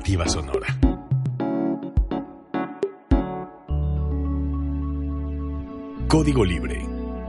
Alternativa Sonora. Código Libre.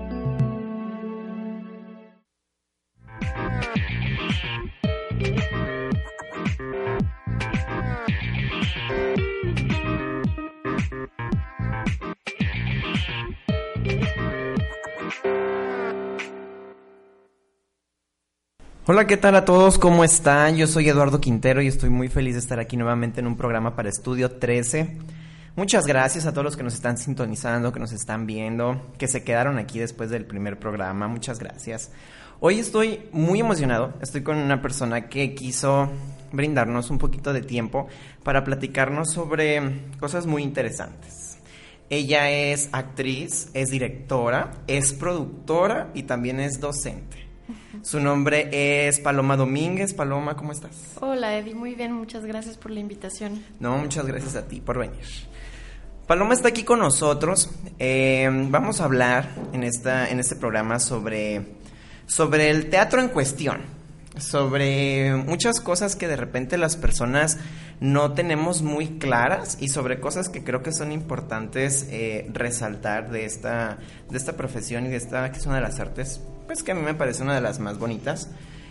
Hola, ¿qué tal a todos? ¿Cómo están? Yo soy Eduardo Quintero y estoy muy feliz de estar aquí nuevamente en un programa para Estudio 13. Muchas gracias a todos los que nos están sintonizando, que nos están viendo, que se quedaron aquí después del primer programa. Muchas gracias. Hoy estoy muy emocionado. Estoy con una persona que quiso brindarnos un poquito de tiempo para platicarnos sobre cosas muy interesantes. Ella es actriz, es directora, es productora y también es docente. Su nombre es Paloma Domínguez. Paloma, ¿cómo estás? Hola, Eddie, muy bien, muchas gracias por la invitación. No, muchas gracias a ti por venir. Paloma está aquí con nosotros. Vamos a hablar en este programa sobre el teatro en cuestión, sobre muchas cosas que de repente las personas no tenemos muy claras y sobre cosas que creo que son importantes resaltar de esta profesión y de esta que es una de las artes, pues que a mí me parece una de las más bonitas.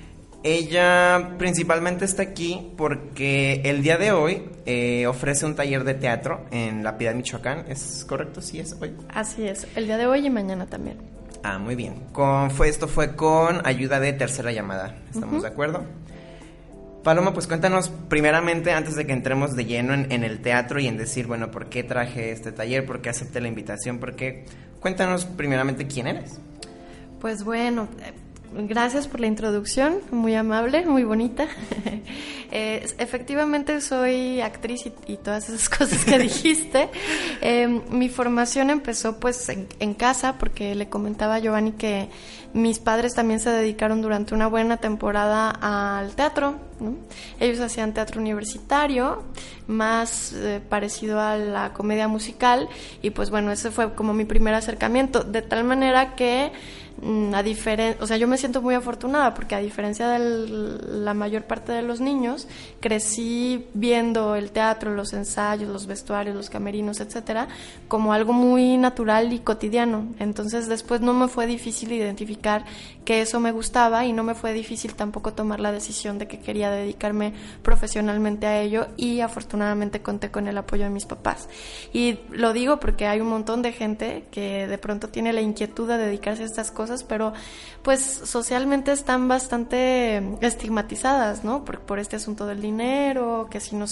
Ella principalmente está aquí porque el día de hoy ofrece un taller de teatro en La Piedad, Michoacán. ¿Es correcto? ¿Sí es hoy? Así es, el día de hoy y mañana también. Ah, muy bien. Esto fue con ayuda de Tercera Llamada. ¿Estamos de acuerdo? Paloma, pues cuéntanos primeramente, antes de que entremos de lleno en el teatro y en decir, bueno, ¿por qué traje este taller? ¿Por qué acepté la invitación? Cuéntanos primeramente quién eres. Pues bueno, gracias por la introducción, muy amable, muy bonita. Efectivamente soy actriz y todas esas cosas que dijiste. Mi formación empezó pues en casa, porque le comentaba a Giovanni que mis padres también se dedicaron durante una buena temporada al teatro, ¿no? Ellos hacían teatro universitario, más parecido a la comedia musical, y pues bueno, ese fue como mi primer acercamiento, de tal manera que yo me siento muy afortunada porque a diferencia de la mayor parte de los niños, crecí viendo el teatro, los ensayos, los vestuarios, los camerinos, etcétera, como algo muy natural y cotidiano. Entonces después no me fue difícil identificar que eso me gustaba y no me fue difícil tampoco tomar la decisión de que quería dedicarme profesionalmente a ello, y afortunadamente conté con el apoyo de mis papás. Y lo digo porque hay un montón de gente que de pronto tiene la inquietud de dedicarse a estas cosas, pero pues socialmente están bastante estigmatizadas, ¿no? Por este asunto del dinero, que si no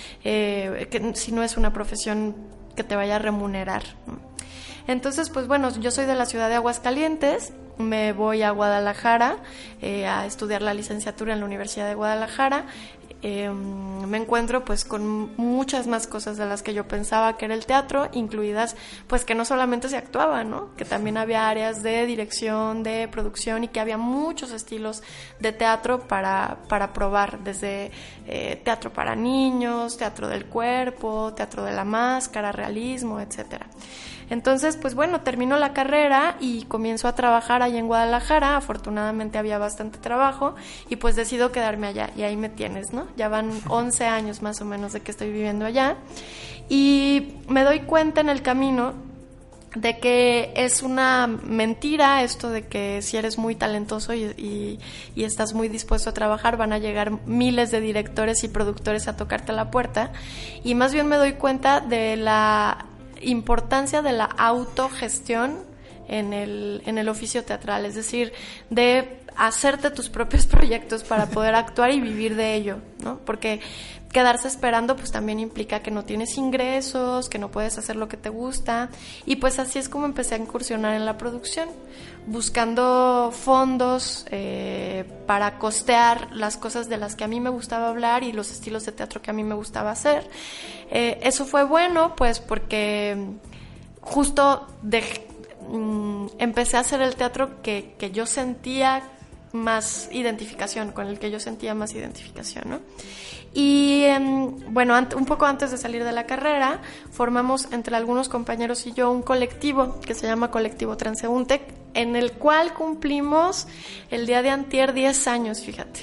es una profesión que te vaya a remunerar, ¿no? Entonces, pues bueno, yo soy de la ciudad de Aguascalientes, me voy a Guadalajara a estudiar la licenciatura en la Universidad de Guadalajara. Me encuentro pues con muchas más cosas de las que yo pensaba que era el teatro, incluidas pues que no solamente se actuaba, ¿no? Que también había áreas de dirección, de producción, y que había muchos estilos de teatro para probar, desde teatro para niños, teatro del cuerpo, teatro de la máscara, realismo, etcétera. Entonces, pues bueno, termino la carrera y comienzo a trabajar allá en Guadalajara. Afortunadamente había bastante trabajo y pues decido quedarme allá, y ahí me tienes, ¿no? Ya van 11 años más o menos de que estoy viviendo allá, y me doy cuenta en el camino de que es una mentira esto de que si eres muy talentoso y estás muy dispuesto a trabajar, van a llegar miles de directores y productores a tocarte la puerta, y más bien me doy cuenta de la importancia de la autogestión en el oficio teatral, es decir, de hacerte tus propios proyectos para poder actuar y vivir de ello, ¿no? Porque quedarse esperando pues también implica que no tienes ingresos, que no puedes hacer lo que te gusta, y pues así es como empecé a incursionar en la producción, buscando fondos para costear las cosas de las que a mí me gustaba hablar y los estilos de teatro que a mí me gustaba hacer. Eso fue bueno pues porque justo empecé a hacer el teatro que yo sentía más identificación, con el que yo sentía más identificación, ¿no? Y bueno, un poco antes de salir de la carrera, formamos entre algunos compañeros y yo un colectivo que se llama Colectivo Transeúnte, en el cual cumplimos el día de antier 10 años, fíjate.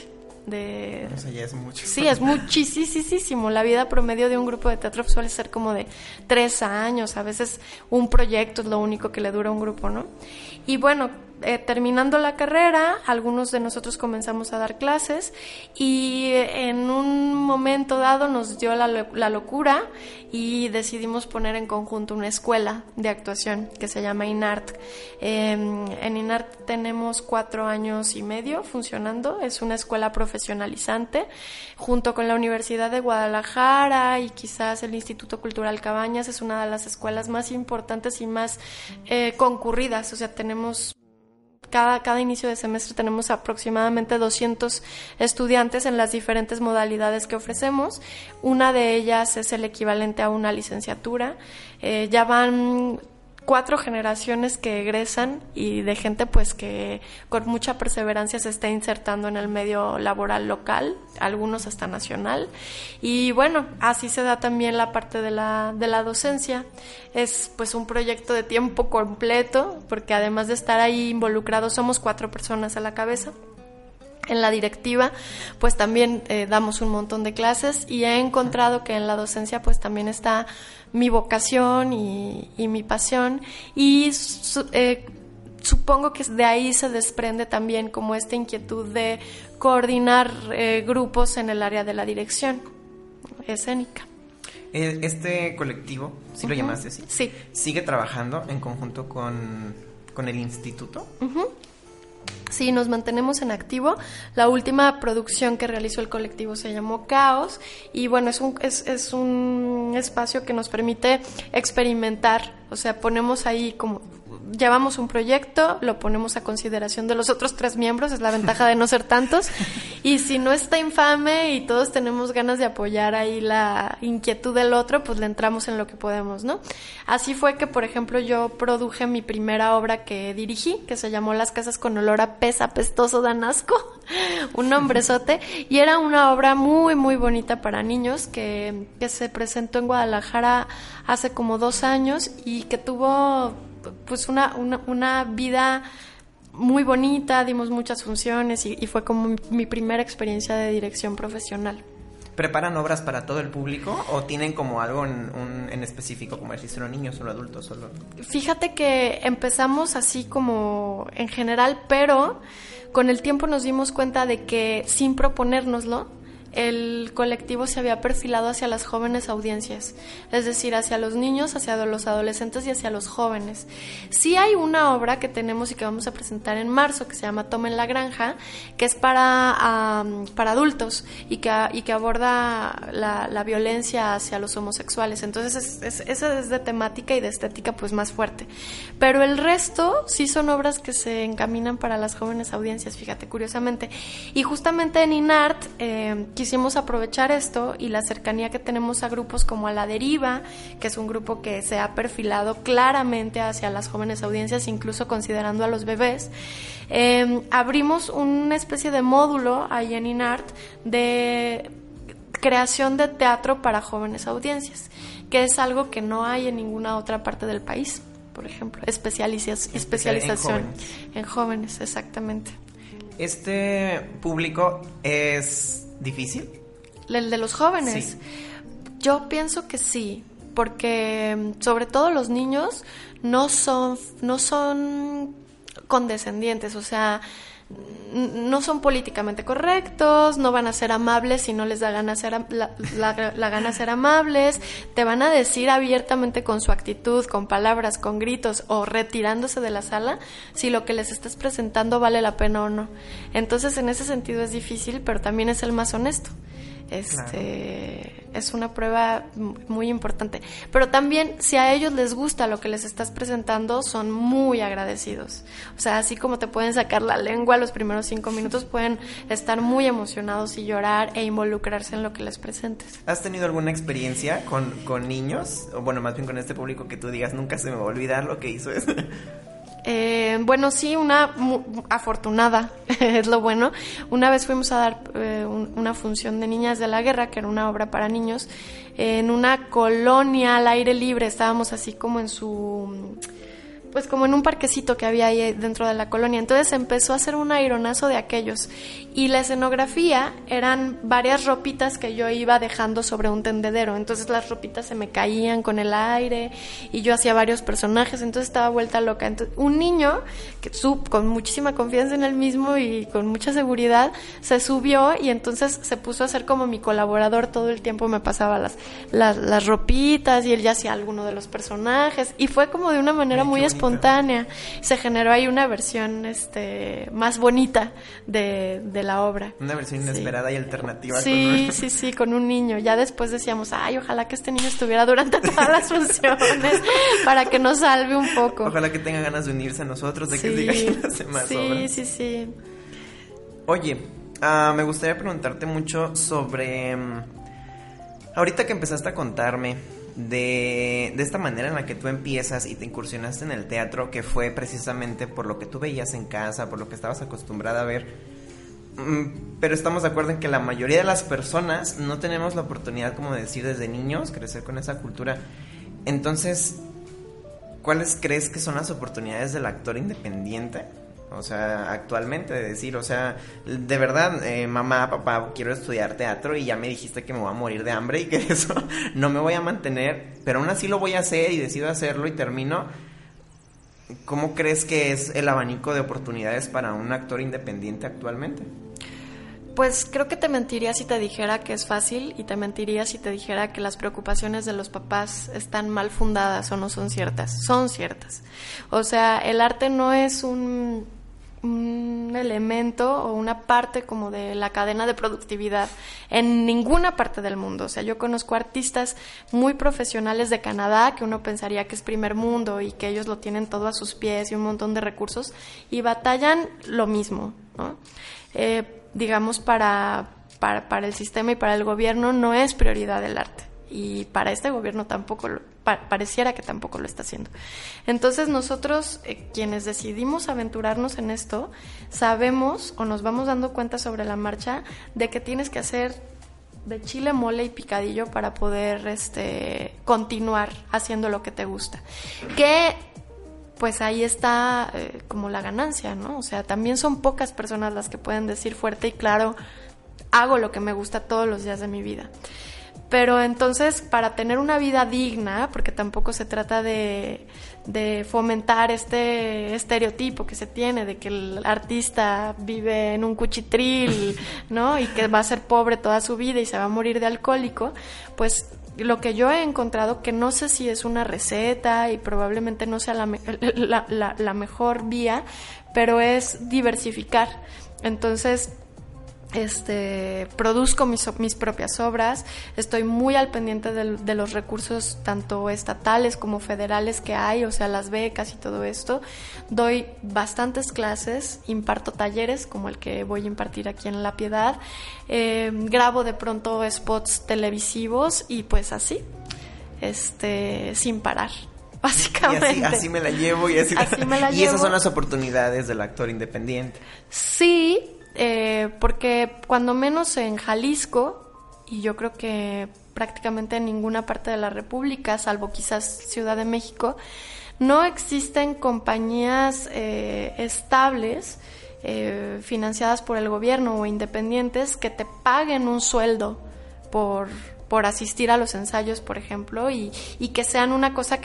O sea, ya es mucho. Sí, es muchísimo. La vida promedio de un grupo de teatro suele ser como de 3 años. A veces un proyecto es lo único que le dura a un grupo, ¿no? Y bueno, terminando la carrera, algunos de nosotros comenzamos a dar clases y en un momento dado nos dio la locura y decidimos poner en conjunto una escuela de actuación que se llama INART. En INART tenemos 4 años y medio funcionando. Es una escuela profesionalizante junto con la Universidad de Guadalajara y quizás el Instituto Cultural Cabañas. Es una de las escuelas más importantes y más concurridas. O sea, tenemos cada inicio de semestre tenemos aproximadamente 200 estudiantes en las diferentes modalidades que ofrecemos. Una de ellas es el equivalente a una licenciatura. Ya van 4 generaciones que egresan y de gente pues que con mucha perseverancia se está insertando en el medio laboral local, algunos hasta nacional. Y bueno, así se da también la parte de la docencia. Es pues un proyecto de tiempo completo, porque además de estar ahí involucrados, somos 4 personas a la cabeza. En la directiva, pues también damos un montón de clases y he encontrado que en la docencia pues también está mi vocación y mi pasión y supongo que de ahí se desprende también como esta inquietud de coordinar grupos en el área de la dirección escénica. Este colectivo, ¿sí lo llamaste así? Sí. ¿Sigue trabajando en conjunto con el instituto? Sí, nos mantenemos en activo. La última producción que realizó el colectivo se llamó Caos y bueno, es un espacio que nos permite experimentar, o sea, ponemos ahí como llevamos un proyecto, lo ponemos a consideración de los otros 3 miembros, es la ventaja de no ser tantos, y si no está infame y todos tenemos ganas de apoyar ahí la inquietud del otro, pues le entramos en lo que podemos, ¿no? Así fue que, por ejemplo, yo produje mi primera obra que dirigí, que se llamó Las casas con olor a pez apestoso dan asco, un nombrezote, y era una obra muy, muy bonita para niños que se presentó en Guadalajara hace como 2 años y que tuvo pues una vida muy bonita, dimos muchas funciones y fue como mi primera experiencia de dirección profesional. ¿Preparan obras para todo el público o tienen como algo en específico, como si solo niños, solo adultos, solo...? Fíjate que empezamos así como en general, pero con el tiempo nos dimos cuenta de que sin proponérnoslo, el colectivo se había perfilado hacia las jóvenes audiencias, es decir, hacia los niños, hacia los adolescentes y hacia los jóvenes. Sí hay una obra que tenemos y que vamos a presentar en marzo que se llama Tomen la granja, que es para adultos y que aborda la violencia hacia los homosexuales. Entonces esa es de temática y de estética pues más fuerte. Pero el resto sí son obras que se encaminan para las jóvenes audiencias, fíjate, curiosamente. Y justamente en INART quisimos aprovechar esto y la cercanía que tenemos a grupos como A la Deriva, que es un grupo que se ha perfilado claramente hacia las jóvenes audiencias, incluso considerando a los bebés. Abrimos una especie de módulo ahí en INART de creación de teatro para jóvenes audiencias, que es algo que no hay en ninguna otra parte del país, por ejemplo, especialización en jóvenes, exactamente. ¿Este público es difícil? ¿El de los jóvenes? Sí. Yo pienso que sí, porque sobre todo los niños no son condescendientes, o sea, no son políticamente correctos, no van a ser amables si no les da gana ser la gana ser amables, te van a decir abiertamente con su actitud, con palabras, con gritos o retirándose de la sala si lo que les estás presentando vale la pena o no. Entonces en ese sentido es difícil, pero también es el más honesto. Claro. Es una prueba muy importante, pero también si a ellos les gusta lo que les estás presentando, son muy agradecidos, o sea, así como te pueden sacar la lengua los primeros 5 minutos, pueden estar muy emocionados y llorar e involucrarse en lo que les presentes. ¿Has tenido alguna experiencia con niños, o bueno, más bien con este público que tú digas, nunca se me va a olvidar lo que hizo eso? Bueno, sí, una afortunada, es lo bueno. Una vez fuimos a dar una función de Niñas de la Guerra, que era una obra para niños, en una colonia al aire libre. Estábamos así como en su pues como en un parquecito que había ahí dentro de la colonia. Entonces empezó a hacer un aironazo de aquellos. Y la escenografía eran varias ropitas que yo iba dejando sobre un tendedero. Entonces las ropitas se me caían con el aire y yo hacía varios personajes. Entonces estaba vuelta loca. Entonces, un niño que con muchísima confianza en él mismo y con mucha seguridad se subió y entonces se puso a ser como mi colaborador. Todo el tiempo me pasaba las ropitas y él ya hacía alguno de los personajes. Y fue como de una manera muy espontánea. Se generó ahí una versión más bonita de la obra. Una versión inesperada y alternativa. Sí, con un niño. Ya después decíamos, ay, ojalá que este niño estuviera durante todas las funciones para que nos salve un poco. Ojalá que tenga ganas de unirse a nosotros, de que siga y las demás obras. Sí. Oye, me gustaría preguntarte mucho sobre... ahorita que empezaste a contarme de esta manera en la que tú empiezas y te incursionaste en el teatro, que fue precisamente por lo que tú veías en casa, por lo que estabas acostumbrada a ver, pero estamos de acuerdo en que la mayoría de las personas no tenemos la oportunidad, como de decir, desde niños, crecer con esa cultura. Entonces, ¿cuáles crees que son las oportunidades del actor independiente? O sea, actualmente, de decir, o sea, de verdad, mamá, papá, quiero estudiar teatro y ya me dijiste que me voy a morir de hambre y que eso no me voy a mantener, pero aún así lo voy a hacer y decido hacerlo y termino. ¿Cómo crees que es el abanico de oportunidades para un actor independiente actualmente? Pues creo que te mentiría si te dijera que es fácil y te mentiría si te dijera que las preocupaciones de los papás están mal fundadas o no son ciertas. Son ciertas. O sea, el arte no es un elemento o una parte como de la cadena de productividad en ninguna parte del mundo. O sea, yo conozco artistas muy profesionales de Canadá que uno pensaría que es primer mundo y que ellos lo tienen todo a sus pies y un montón de recursos y batallan lo mismo, ¿no? Digamos, para el sistema y para el gobierno no es prioridad el arte. Y para este gobierno tampoco, pareciera que tampoco lo está haciendo. Entonces nosotros, quienes decidimos aventurarnos en esto, sabemos o nos vamos dando cuenta sobre la marcha de que tienes que hacer de chile, mole y picadillo para poder continuar haciendo lo que te gusta. Que pues ahí está como la ganancia, ¿no? O sea, también son pocas personas las que pueden decir fuerte y claro, hago lo que me gusta todos los días de mi vida. Pero entonces, para tener una vida digna, porque tampoco se trata de fomentar este estereotipo que se tiene de que el artista vive en un cuchitril, ¿no? Y que va a ser pobre toda su vida y se va a morir de alcohólico, pues lo que yo he encontrado, que no sé si es una receta y probablemente no sea la mejor vía, pero es diversificar. Entonces, produzco mis propias obras, estoy muy al pendiente de los recursos tanto estatales como federales que hay, o sea, las becas y todo esto. Doy bastantes clases, imparto talleres como el que voy a impartir aquí en La Piedad, grabo de pronto spots televisivos y pues así, sin parar. Básicamente. Y así me la llevo y así me la y llevo. Esas son las oportunidades del actor independiente. Sí, porque cuando menos en Jalisco, y yo creo que prácticamente en ninguna parte de la República, salvo quizás Ciudad de México, no existen compañías estables, financiadas por el gobierno o independientes que te paguen un sueldo por asistir a los ensayos, por ejemplo, y que sean una cosa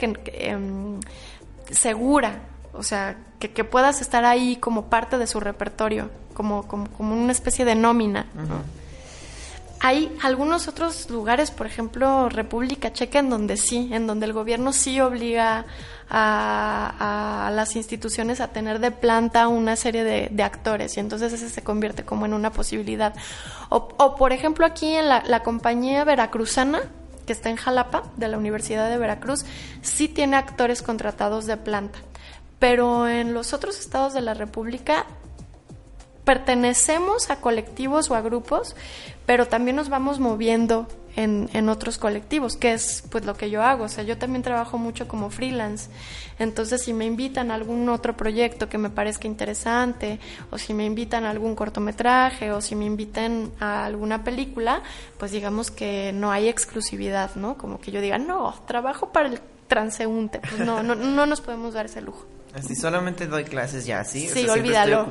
segura. O sea, que puedas estar ahí como parte de su repertorio, como una especie de nómina, ¿no? Uh-huh. Hay algunos otros lugares, por ejemplo, República Checa, en donde el gobierno sí obliga a las instituciones a tener de planta una serie de actores, y entonces ese se convierte como en una posibilidad. O por ejemplo, aquí en la compañía veracruzana, que está en Jalapa, de la Universidad de Veracruz, sí tiene actores contratados de planta. Pero en los otros estados de la República pertenecemos a colectivos o a grupos, pero también nos vamos moviendo en otros colectivos, que es pues lo que yo hago. O sea, yo también trabajo mucho como freelance. Entonces, si me invitan a algún otro proyecto que me parezca interesante, o si me invitan a algún cortometraje, o si me invitan a alguna película, pues digamos que no hay exclusividad, ¿no? Como que yo diga, no, trabajo para el transeúnte. Pues no nos podemos dar ese lujo. Así solamente doy clases ya, ¿sí? Sí, o sea, olvídalo.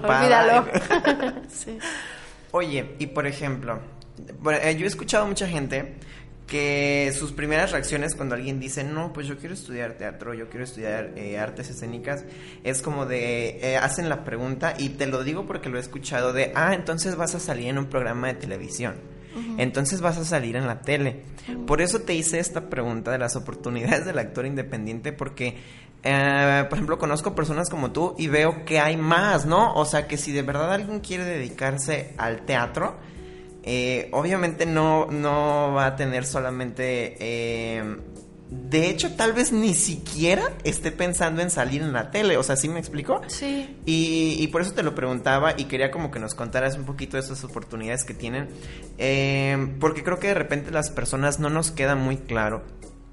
Sí. Oye, y por ejemplo, yo he escuchado mucha gente que sus primeras reacciones cuando alguien dice, no, pues yo quiero estudiar teatro, yo quiero estudiar artes escénicas, es como de, hacen la pregunta, y te lo digo porque lo he escuchado, de, entonces vas a salir en un programa de televisión, entonces vas a salir en la tele. Por eso te hice esta pregunta de las oportunidades del actor independiente, porque, por ejemplo, conozco personas como tú y veo que hay más, ¿no? O sea, que si de verdad alguien quiere dedicarse al teatro, obviamente no va a tener solamente, de hecho tal vez ni siquiera esté pensando en salir en la tele, o sea, ¿sí me explico? Sí. Y por eso te lo preguntaba y quería como que nos contaras un poquito de esas oportunidades que tienen, porque creo que de repente las personas no nos queda muy claro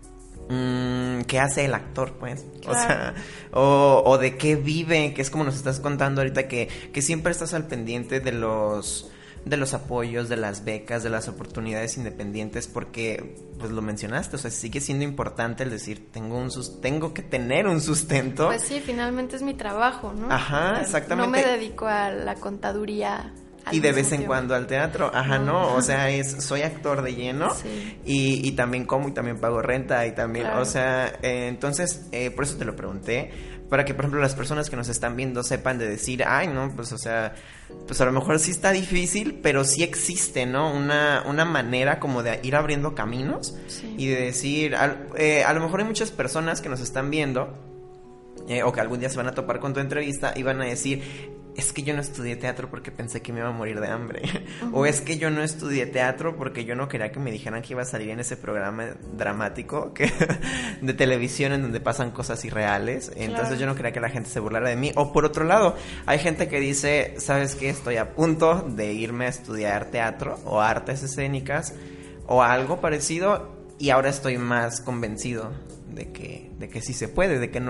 qué hace el actor, pues. Claro. O sea, o de qué vive, que es como nos estás contando ahorita, que siempre estás al pendiente de los apoyos, de las becas, de las oportunidades independientes, porque, pues lo mencionaste, o sea, sigue siendo importante el decir, tengo que tener un sustento. Pues sí, finalmente es mi trabajo, ¿no? Ajá, exactamente. No me dedico a la contaduría y de vez en cuando al teatro, no, o sea, soy actor de lleno, sí. y también como y también pago renta y también, claro. O sea, entonces, por eso te lo pregunté, para que, por ejemplo, las personas que nos están viendo sepan de decir, no, pues, o sea, pues a lo mejor sí está difícil, pero sí existe, ¿no? Una manera como de ir abriendo caminos, sí. Y de decir, a lo mejor hay muchas personas que nos están viendo, o que algún día se van a topar con tu entrevista y van a decir, es que yo no estudié teatro porque pensé que me iba a morir de hambre. O es que yo no estudié teatro porque yo no quería que me dijeran que iba a salir en ese programa dramático de televisión en donde pasan cosas irreales. Entonces claro. Yo no quería que la gente se burlara de mí. O por otro lado, hay gente que dice, ¿sabes qué? Estoy a punto de irme a estudiar teatro o artes escénicas o algo parecido, y ahora estoy más convencido de que sí se puede, de que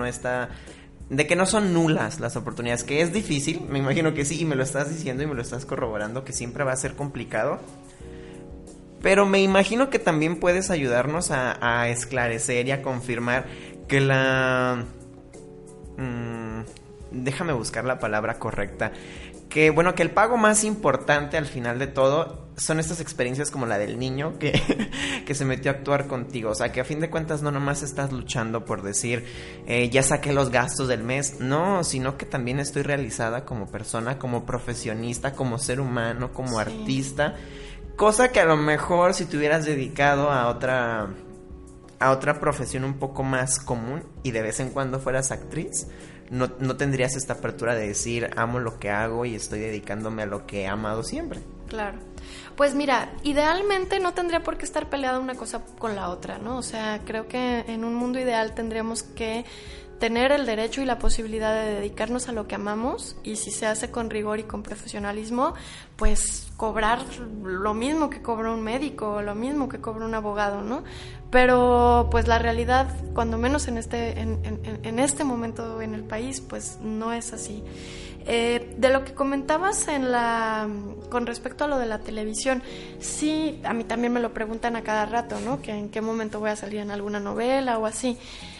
no son nulas las oportunidades, que es difícil, me imagino que sí, y me lo estás diciendo y me lo estás corroborando, que siempre va a ser complicado, pero me imagino que también puedes ayudarnos a esclarecer y a confirmar que déjame buscar la palabra correcta, que bueno, que el pago más importante al final de todo son estas experiencias como la del niño que se metió a actuar contigo. O sea, que a fin de cuentas no nomás estás luchando por decir, ya saqué los gastos del mes. No, sino que también estoy realizada como persona, como profesionista, como ser humano, como artista. Cosa que a lo mejor si te hubieras dedicado a otra profesión un poco más común y de vez en cuando fueras actriz, no tendrías esta apertura de decir, amo lo que hago y estoy dedicándome a lo que he amado siempre. Claro. Pues mira, idealmente no tendría por qué estar peleada una cosa con la otra, ¿no? O sea, creo que en un mundo ideal tendríamos que tener el derecho y la posibilidad de dedicarnos a lo que amamos, y si se hace con rigor y con profesionalismo, pues cobrar lo mismo que cobra un médico o lo mismo que cobra un abogado, ¿no? Pero pues la realidad, cuando menos en este momento en el país, pues no es así. De lo que comentabas con respecto a lo de la televisión, sí, a mí también me lo preguntan a cada rato, ¿no? Que en qué momento voy a salir en alguna novela o así.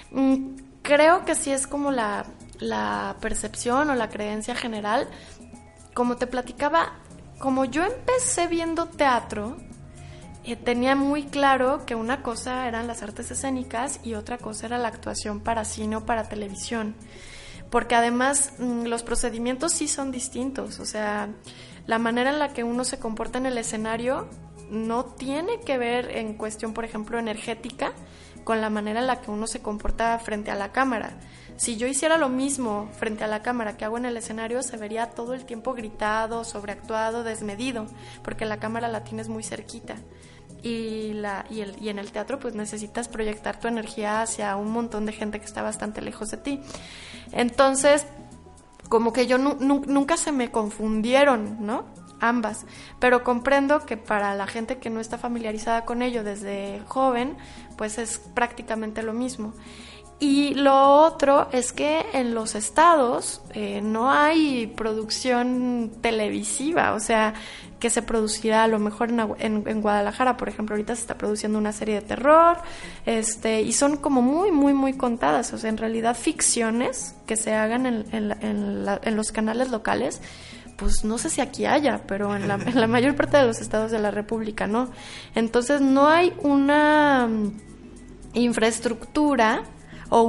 Creo que sí es como la percepción o la creencia general. Como te platicaba, como yo empecé viendo teatro, tenía muy claro que una cosa eran las artes escénicas y otra cosa era la actuación para cine o para televisión. Porque además los procedimientos sí son distintos, o sea, la manera en la que uno se comporta en el escenario no tiene que ver en cuestión, por ejemplo, energética, con la manera en la que uno se comporta frente a la cámara. Si yo hiciera lo mismo frente a la cámara que hago en el escenario, se vería todo el tiempo gritado, sobreactuado, desmedido, porque la cámara la tienes muy cerquita. Y en el teatro pues necesitas proyectar tu energía hacia un montón de gente que está bastante lejos de ti. Entonces, como que yo nunca se me confundieron, ¿no? Ambas, pero comprendo que para la gente que no está familiarizada con ello desde joven, pues es prácticamente lo mismo. Y lo otro es que en los estados no hay producción televisiva, o sea, que se producirá a lo mejor en Guadalajara, por ejemplo, ahorita se está produciendo una serie de terror, y son como muy, muy, muy contadas, o sea, en realidad ficciones que se hagan en los canales locales, pues no sé si aquí haya, pero en la mayor parte de los estados de la República no. Entonces no hay una infraestructura o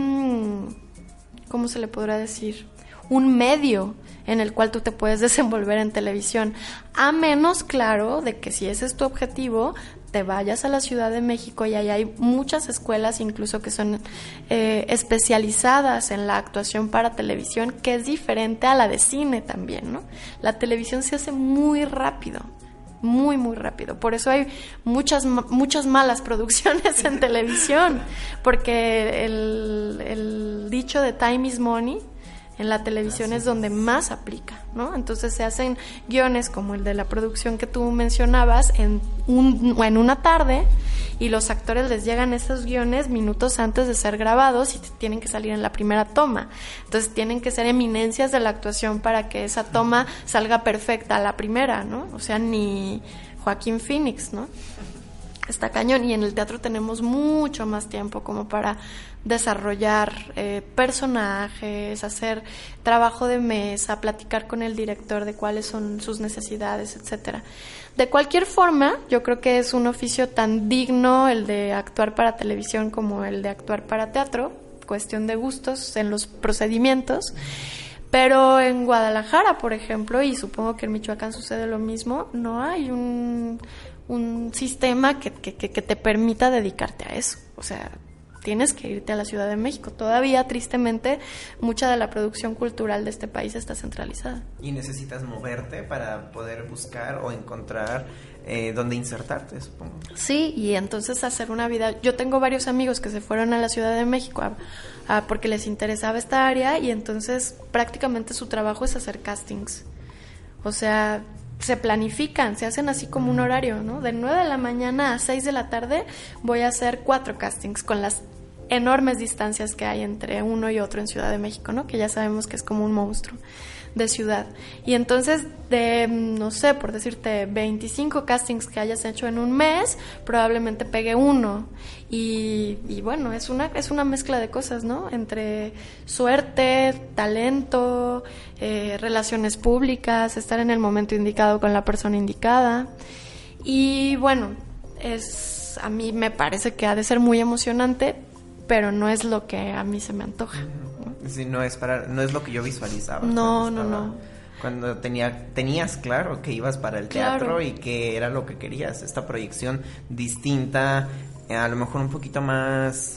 ¿cómo se le podrá decir? Un medio en el cual tú te puedes desenvolver en televisión, a menos, claro, de que si ese es tu objetivo, te vayas a la Ciudad de México y ahí hay muchas escuelas incluso que son especializadas en la actuación para televisión, que es diferente a la de cine también, ¿no? La televisión se hace muy rápido, muy, muy rápido. Por eso hay muchas malas producciones en televisión, porque el dicho de time is money en la televisión es donde más aplica, ¿no? Entonces se hacen guiones como el de la producción que tú mencionabas en una tarde, y los actores les llegan esos guiones minutos antes de ser grabados y tienen que salir en la primera toma. Entonces tienen que ser eminencias de la actuación para que esa toma salga perfecta a la primera, ¿no? O sea, ni Joaquín Phoenix, ¿no? Está cañón, y en el teatro tenemos mucho más tiempo como para desarrollar personajes, hacer trabajo de mesa, platicar con el director de cuáles son sus necesidades, etcétera. De cualquier forma, yo creo que es un oficio tan digno el de actuar para televisión como el de actuar para teatro, cuestión de gustos en los procedimientos. Pero en Guadalajara, por ejemplo, y supongo que en Michoacán sucede lo mismo, no hay un sistema que te permita dedicarte a eso. O sea, tienes que irte a la Ciudad de México. Todavía, tristemente, mucha de la producción cultural de este país está centralizada. Y necesitas moverte para poder buscar o encontrar dónde insertarte, supongo. Sí, y entonces hacer una vida... Yo tengo varios amigos que se fueron a la Ciudad de México porque les interesaba esta área, y entonces prácticamente su trabajo es hacer castings. O sea, se planifican, se hacen así como un horario, ¿no? De 9 de la mañana a 6 de la tarde voy a hacer 4 castings, con las enormes distancias que hay entre uno y otro en Ciudad de México, ¿no? Que ya sabemos que es como un monstruo de ciudad. Y entonces, de, no sé, por decirte, 25 castings que hayas hecho en un mes, probablemente pegue uno. Y bueno, es una mezcla de cosas, ¿no? Entre suerte, talento, relaciones públicas, estar en el momento indicado con la persona indicada. Y bueno, a mí me parece que ha de ser muy emocionante, pero no es lo que a mí se me antoja. Sí, no es lo que yo visualizaba. No. Cuando tenías claro que ibas para el teatro, claro, y que era lo que querías, esta proyección distinta, a lo mejor un poquito más,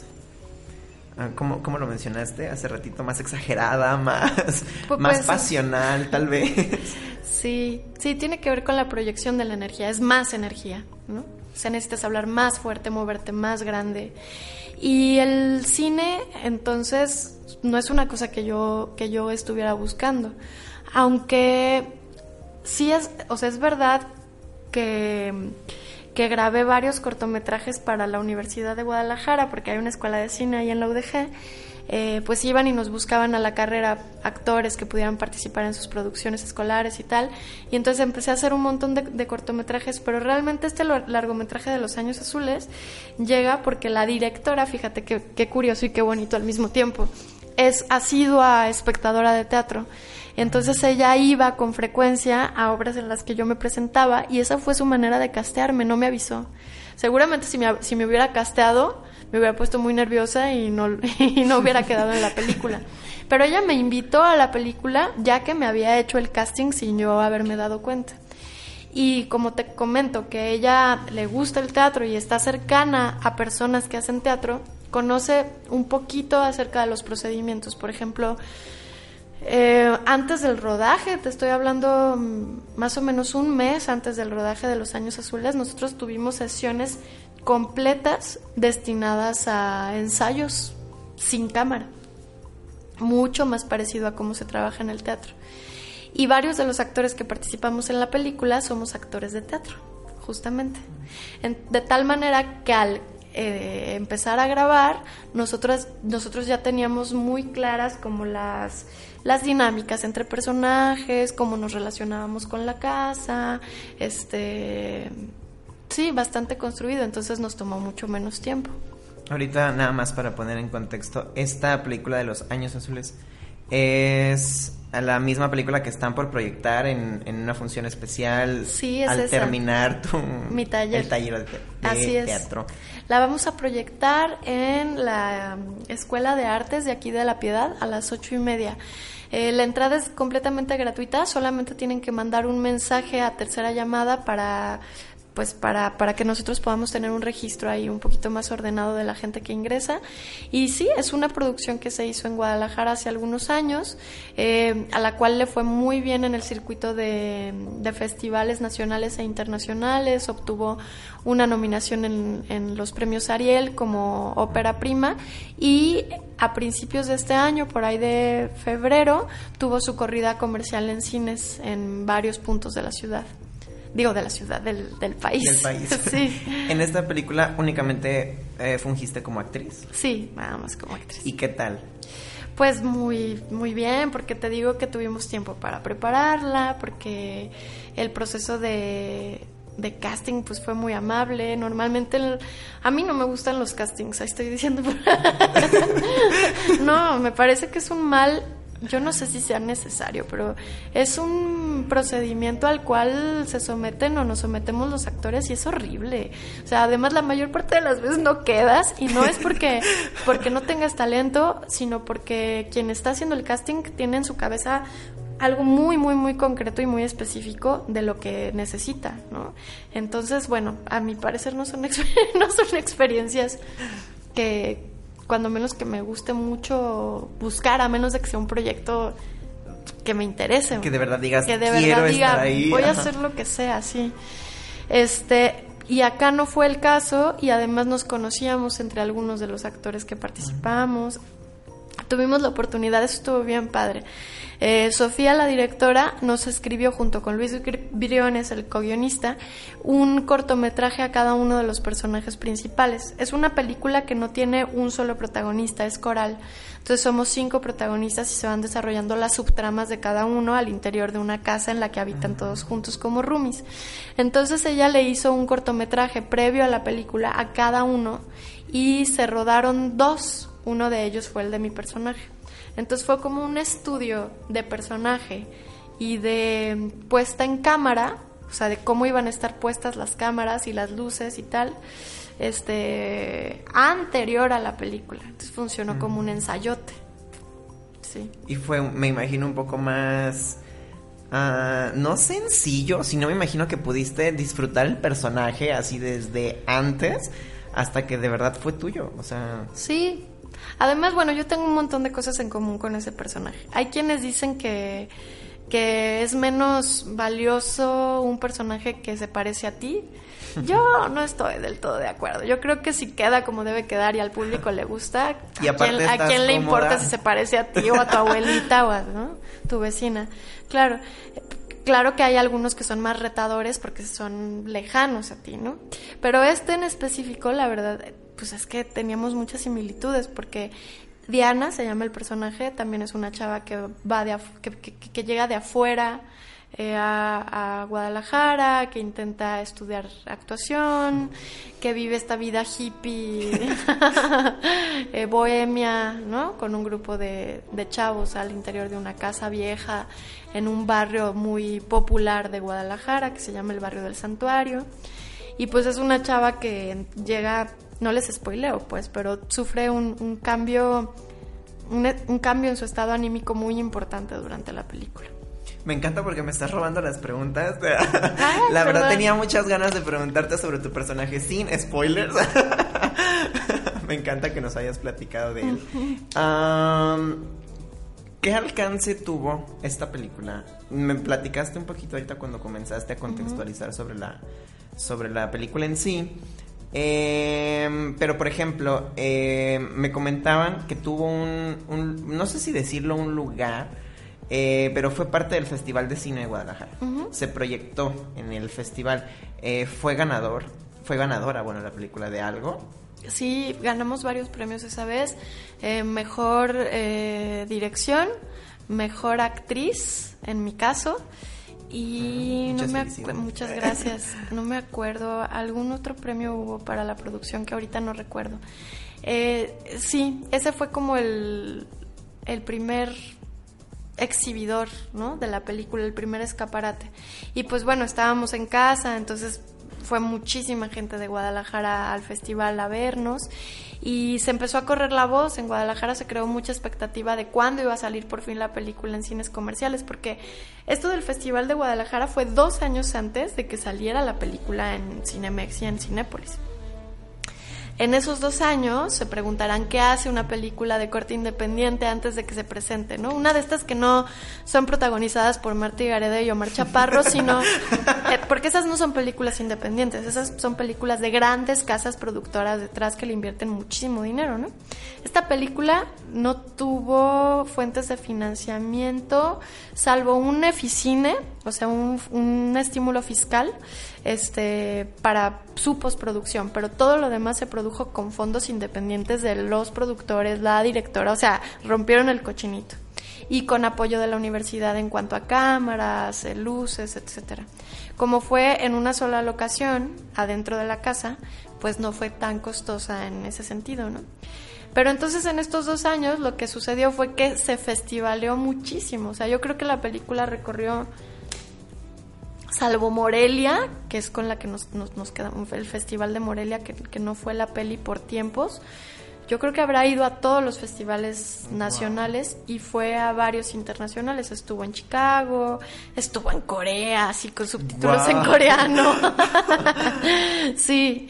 ¿cómo lo mencionaste hace ratito? Más exagerada, más pasional, tal vez. Sí, tiene que ver con la proyección de la energía, es más energía, ¿no? O sea, necesitas hablar más fuerte, moverte más grande. Y el cine, entonces, no es una cosa que yo estuviera buscando. Aunque sí es verdad que grabé varios cortometrajes para la Universidad de Guadalajara, porque hay una escuela de cine ahí en la UDG. Pues iban y nos buscaban a la carrera actores que pudieran participar en sus producciones escolares y tal, y entonces empecé a hacer un montón de cortometrajes, pero realmente este largometraje de Los Años Azules llega porque la directora, fíjate qué curioso y qué bonito al mismo tiempo, es asidua espectadora de teatro. Entonces ella iba con frecuencia a obras en las que yo me presentaba, y esa fue su manera de castearme, no me avisó. Seguramente si me hubiera casteado, me hubiera puesto muy nerviosa y no hubiera quedado en la película. Pero ella me invitó a la película ya que me había hecho el casting sin yo haberme dado cuenta. Y como te comento que ella le gusta el teatro y está cercana a personas que hacen teatro, conoce un poquito acerca de los procedimientos. Por ejemplo, antes del rodaje, te estoy hablando más o menos un mes antes del rodaje de Los Años Azules, nosotros tuvimos sesiones completas destinadas a ensayos sin cámara, mucho más parecido a cómo se trabaja en el teatro. Y varios de los actores que participamos en la película somos actores de teatro, justamente. De tal manera que al empezar a grabar, nosotros ya teníamos muy claras como las dinámicas entre personajes, cómo nos relacionábamos con la casa, sí, bastante construido, entonces nos tomó mucho menos tiempo. Ahorita nada más para poner en contexto, esta película de Los Años Azules es la misma película que están por proyectar en una función especial. Sí, es al esa. Terminar Mi taller. el taller de Así teatro. La vamos a proyectar en la Escuela de Artes de aquí de La Piedad a las 8:30. La entrada es completamente gratuita, solamente tienen que mandar un mensaje a Tercera Llamada para que nosotros podamos tener un registro ahí un poquito más ordenado de la gente que ingresa. Y sí, es una producción que se hizo en Guadalajara hace algunos años, a la cual le fue muy bien en el circuito de festivales nacionales e internacionales. Obtuvo una nominación en los premios Ariel como ópera prima, y a principios de este año, por ahí de febrero, tuvo su corrida comercial en cines en varios puntos de la ciudad. Digo, de la ciudad, del país. Del país. Sí. En esta película únicamente fungiste como actriz. Sí, nada más como actriz. ¿Y qué tal? Pues muy, muy bien, porque te digo que tuvimos tiempo para prepararla, porque el proceso de casting pues fue muy amable. Normalmente a mí no me gustan los castings, ahí estoy diciendo. No, me parece que es un mal... Yo no sé si sea necesario, pero es un procedimiento al cual se someten o nos sometemos los actores y es horrible. O sea, además la mayor parte de las veces no quedas, y no es porque no tengas talento, sino porque quien está haciendo el casting tiene en su cabeza algo muy, muy, muy concreto y muy específico de lo que necesita, ¿no? Entonces, bueno, a mi parecer no son experiencias que... cuando menos que me guste mucho buscar, a menos de que sea un proyecto que me interese. Que de verdad digas, que de quiero verdad diga, estar ahí. voy a hacer lo que sea, sí. Y acá no fue el caso, y además nos conocíamos entre algunos de los actores que participamos. Tuvimos la oportunidad, eso estuvo bien padre. Sofía, la directora, nos escribió junto con Luis Briones, el co-guionista, un cortometraje a cada uno de los personajes principales. Es una película que no tiene un solo protagonista, es coral. Entonces somos 5 protagonistas y se van desarrollando las subtramas de cada uno al interior de una casa en la que habitan todos juntos como roomies. Entonces ella le hizo un cortometraje previo a la película a cada uno, y se rodaron 2. Uno de ellos fue el de mi personaje. Entonces fue como un estudio de personaje y de puesta en cámara, o sea, de cómo iban a estar puestas las cámaras y las luces y tal, anterior a la película. Entonces funcionó como un ensayote. Sí. Y fue, me imagino, un poco más... no sencillo, sino me imagino que pudiste disfrutar el personaje así desde antes hasta que de verdad fue tuyo, o sea... Sí. Además, bueno, yo tengo un montón de cosas en común con ese personaje. Hay quienes dicen que es menos valioso un personaje que se parece a ti. Yo no estoy del todo de acuerdo. Yo creo que si queda como debe quedar y al público le gusta, y ¿a quién le importa si se parece a ti o a tu abuelita o a, ¿no?, tu vecina? Claro que hay algunos que son más retadores porque son lejanos a ti, ¿no? Pero en específico, la verdad, pues es que teníamos muchas similitudes, porque Diana, se llama el personaje, también es una chava que va que llega de afuera a Guadalajara, que intenta estudiar actuación, que vive esta vida hippie, bohemia, ¿no? Con un grupo de chavos al interior de una casa vieja en un barrio muy popular de Guadalajara que se llama el Barrio del Santuario. Y pues es una chava que llega, no les spoileo pues, pero sufre un cambio en su estado anímico muy importante durante la película. Me encanta porque me estás robando las preguntas. Ay, la verdad perdón. tenía muchas ganas de preguntarte sobre tu personaje sin spoilers. Me encanta que nos hayas platicado de él. ¿Qué alcance tuvo esta película? Me platicaste un poquito ahorita cuando comenzaste a contextualizar sobre la película en sí. Pero por ejemplo, me comentaban que tuvo un no sé si decirlo, un lugar, pero fue parte del Festival de Cine de Guadalajara. Se proyectó en el festival. Fue ganadora, bueno, la película de algo. Sí, ganamos varios premios esa vez. Mejor dirección, mejor actriz, en mi caso. Y muchas gracias. No me acuerdo. Algún otro premio hubo para la producción que ahorita no recuerdo. Sí, ese fue como el primer exhibidor, ¿no?, de la película, el primer escaparate. Y pues bueno, estábamos en casa, entonces fue muchísima gente de Guadalajara al festival a vernos y se empezó a correr la voz. En Guadalajara se creó mucha expectativa de cuándo iba a salir por fin la película en cines comerciales, porque esto del Festival de Guadalajara fue 2 años antes de que saliera la película en Cinemex y en Cinépolis. En esos 2 años se preguntarán qué hace una película de corte independiente antes de que se presente, ¿no? Una de estas que no son protagonizadas por Marta Gareda y Omar Chaparro, sino porque esas no son películas independientes, esas son películas de grandes casas productoras detrás que le invierten muchísimo dinero, ¿no? Esta película no tuvo fuentes de financiamiento, salvo un Eficine, o sea, un estímulo fiscal para su postproducción, pero todo lo demás se produjo con fondos independientes de los productores, la directora, o sea, rompieron el cochinito. Y con apoyo de la universidad en cuanto a cámaras, luces, etcétera. Como fue en una sola locación, adentro de la casa, pues no fue tan costosa en ese sentido, ¿no? Pero entonces en estos 2 años lo que sucedió fue que se festivaleó muchísimo. O sea, yo creo que la película recorrió, salvo Morelia, que es con la que nos queda el Festival de Morelia, que no fue la peli por tiempos, yo creo que habrá ido a todos los festivales nacionales y fue a varios internacionales. Estuvo en Chicago, estuvo en Corea, así con subtítulos en coreano. Sí,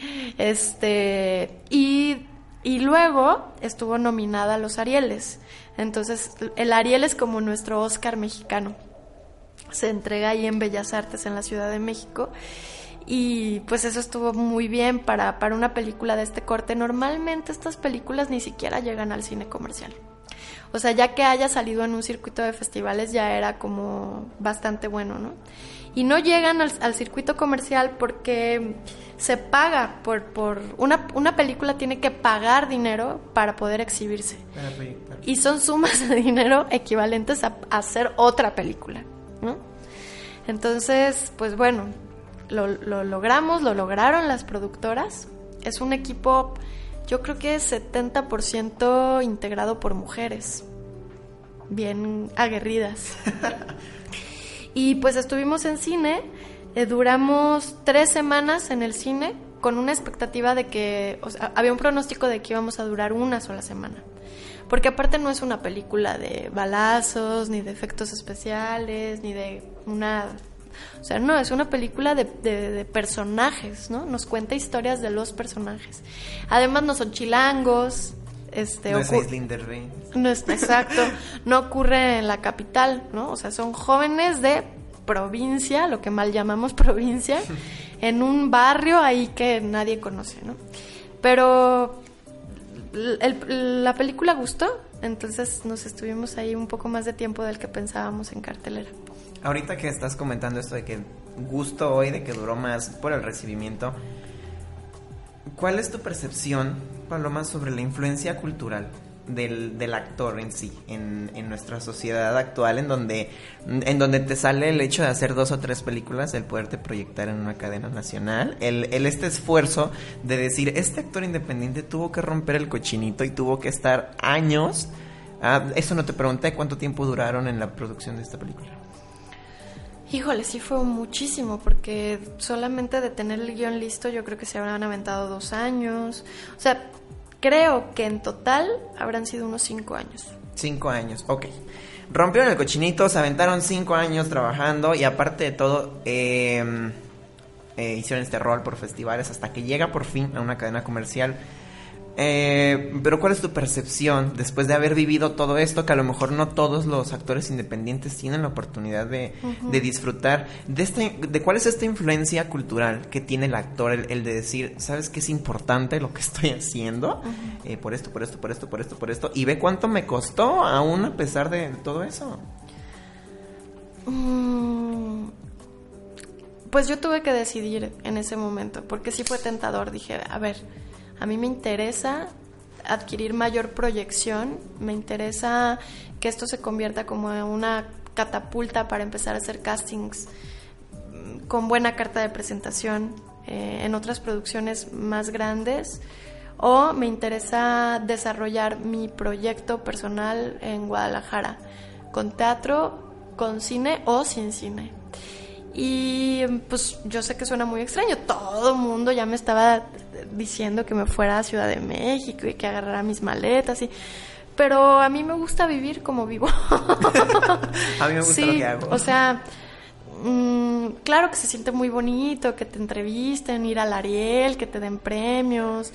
y luego estuvo nominada a los Arieles. Entonces, el Ariel es como nuestro Oscar mexicano. Se entrega ahí en Bellas Artes en la Ciudad de México y pues eso estuvo muy bien para una película de este corte. Normalmente estas películas ni siquiera llegan al cine comercial, o sea, ya que haya salido en un circuito de festivales ya era como bastante bueno, ¿no? Y no llegan al circuito comercial porque se paga por una película tiene que pagar dinero para poder exhibirse. Y son sumas de dinero equivalentes a hacer otra película, ¿no? Entonces, pues bueno, lo lograron las productoras. Es un equipo, yo creo que es 70% integrado por mujeres, bien aguerridas. Y pues estuvimos en cine, duramos 3 semanas en el cine con una expectativa de que, o sea, había un pronóstico de que íbamos a durar 1 sola semana. Porque aparte no es una película de balazos, ni de efectos especiales, ni de una... O sea, no, es una película de personajes, ¿no? Nos cuenta historias de los personajes. Además no son chilangos. No es Aislinn del Rey. No es, exacto. No ocurre en la capital, ¿no? O sea, son jóvenes de provincia, lo que mal llamamos provincia, en un barrio ahí que nadie conoce, ¿no? Pero... la película gustó, entonces nos estuvimos ahí un poco más de tiempo del que pensábamos en cartelera. Ahorita que estás comentando esto de que gustó hoy, de que duró más por el recibimiento, ¿cuál es tu percepción, Paloma, sobre la influencia cultural del actor en sí, en nuestra sociedad actual, en donde te sale el hecho de hacer 2 o 3 películas, el poderte proyectar en una cadena nacional, este esfuerzo de decir, este actor independiente tuvo que romper el cochinito y tuvo que estar años? Eso no te pregunté, ¿cuánto tiempo duraron en la producción de esta película? Híjole, sí fue muchísimo, porque solamente de tener el guión listo yo creo que se habrán aventado 2 años, o sea... Creo que en total habrán sido unos 5 años. 5 años, ok. Rompieron el cochinito, se aventaron 5 años trabajando y aparte de todo, hicieron este rol por festivales hasta que llega por fin a una cadena comercial. Pero ¿cuál es tu percepción después de haber vivido todo esto, que a lo mejor no todos los actores independientes tienen la oportunidad de disfrutar de cuál es esta influencia cultural que tiene el actor, el de decir, ¿sabes qué es importante lo que estoy haciendo? Por esto, y ve cuánto me costó aún a pesar de todo eso. Pues yo tuve que decidir en ese momento, porque sí fue tentador. Dije, a ver, A mí me interesa adquirir mayor proyección, me interesa que esto se convierta como en una catapulta para empezar a hacer castings con buena carta de presentación en otras producciones más grandes, o me interesa desarrollar mi proyecto personal en Guadalajara, con teatro, con cine o sin cine. Y pues yo sé que suena muy extraño, todo el mundo ya me estaba diciendo que me fuera a Ciudad de México y que agarrara mis maletas, pero a mí me gusta vivir como vivo. A mí me gusta sí, lo que hago. O sea, claro que se siente muy bonito que te entrevisten, ir al Ariel, que te den premios,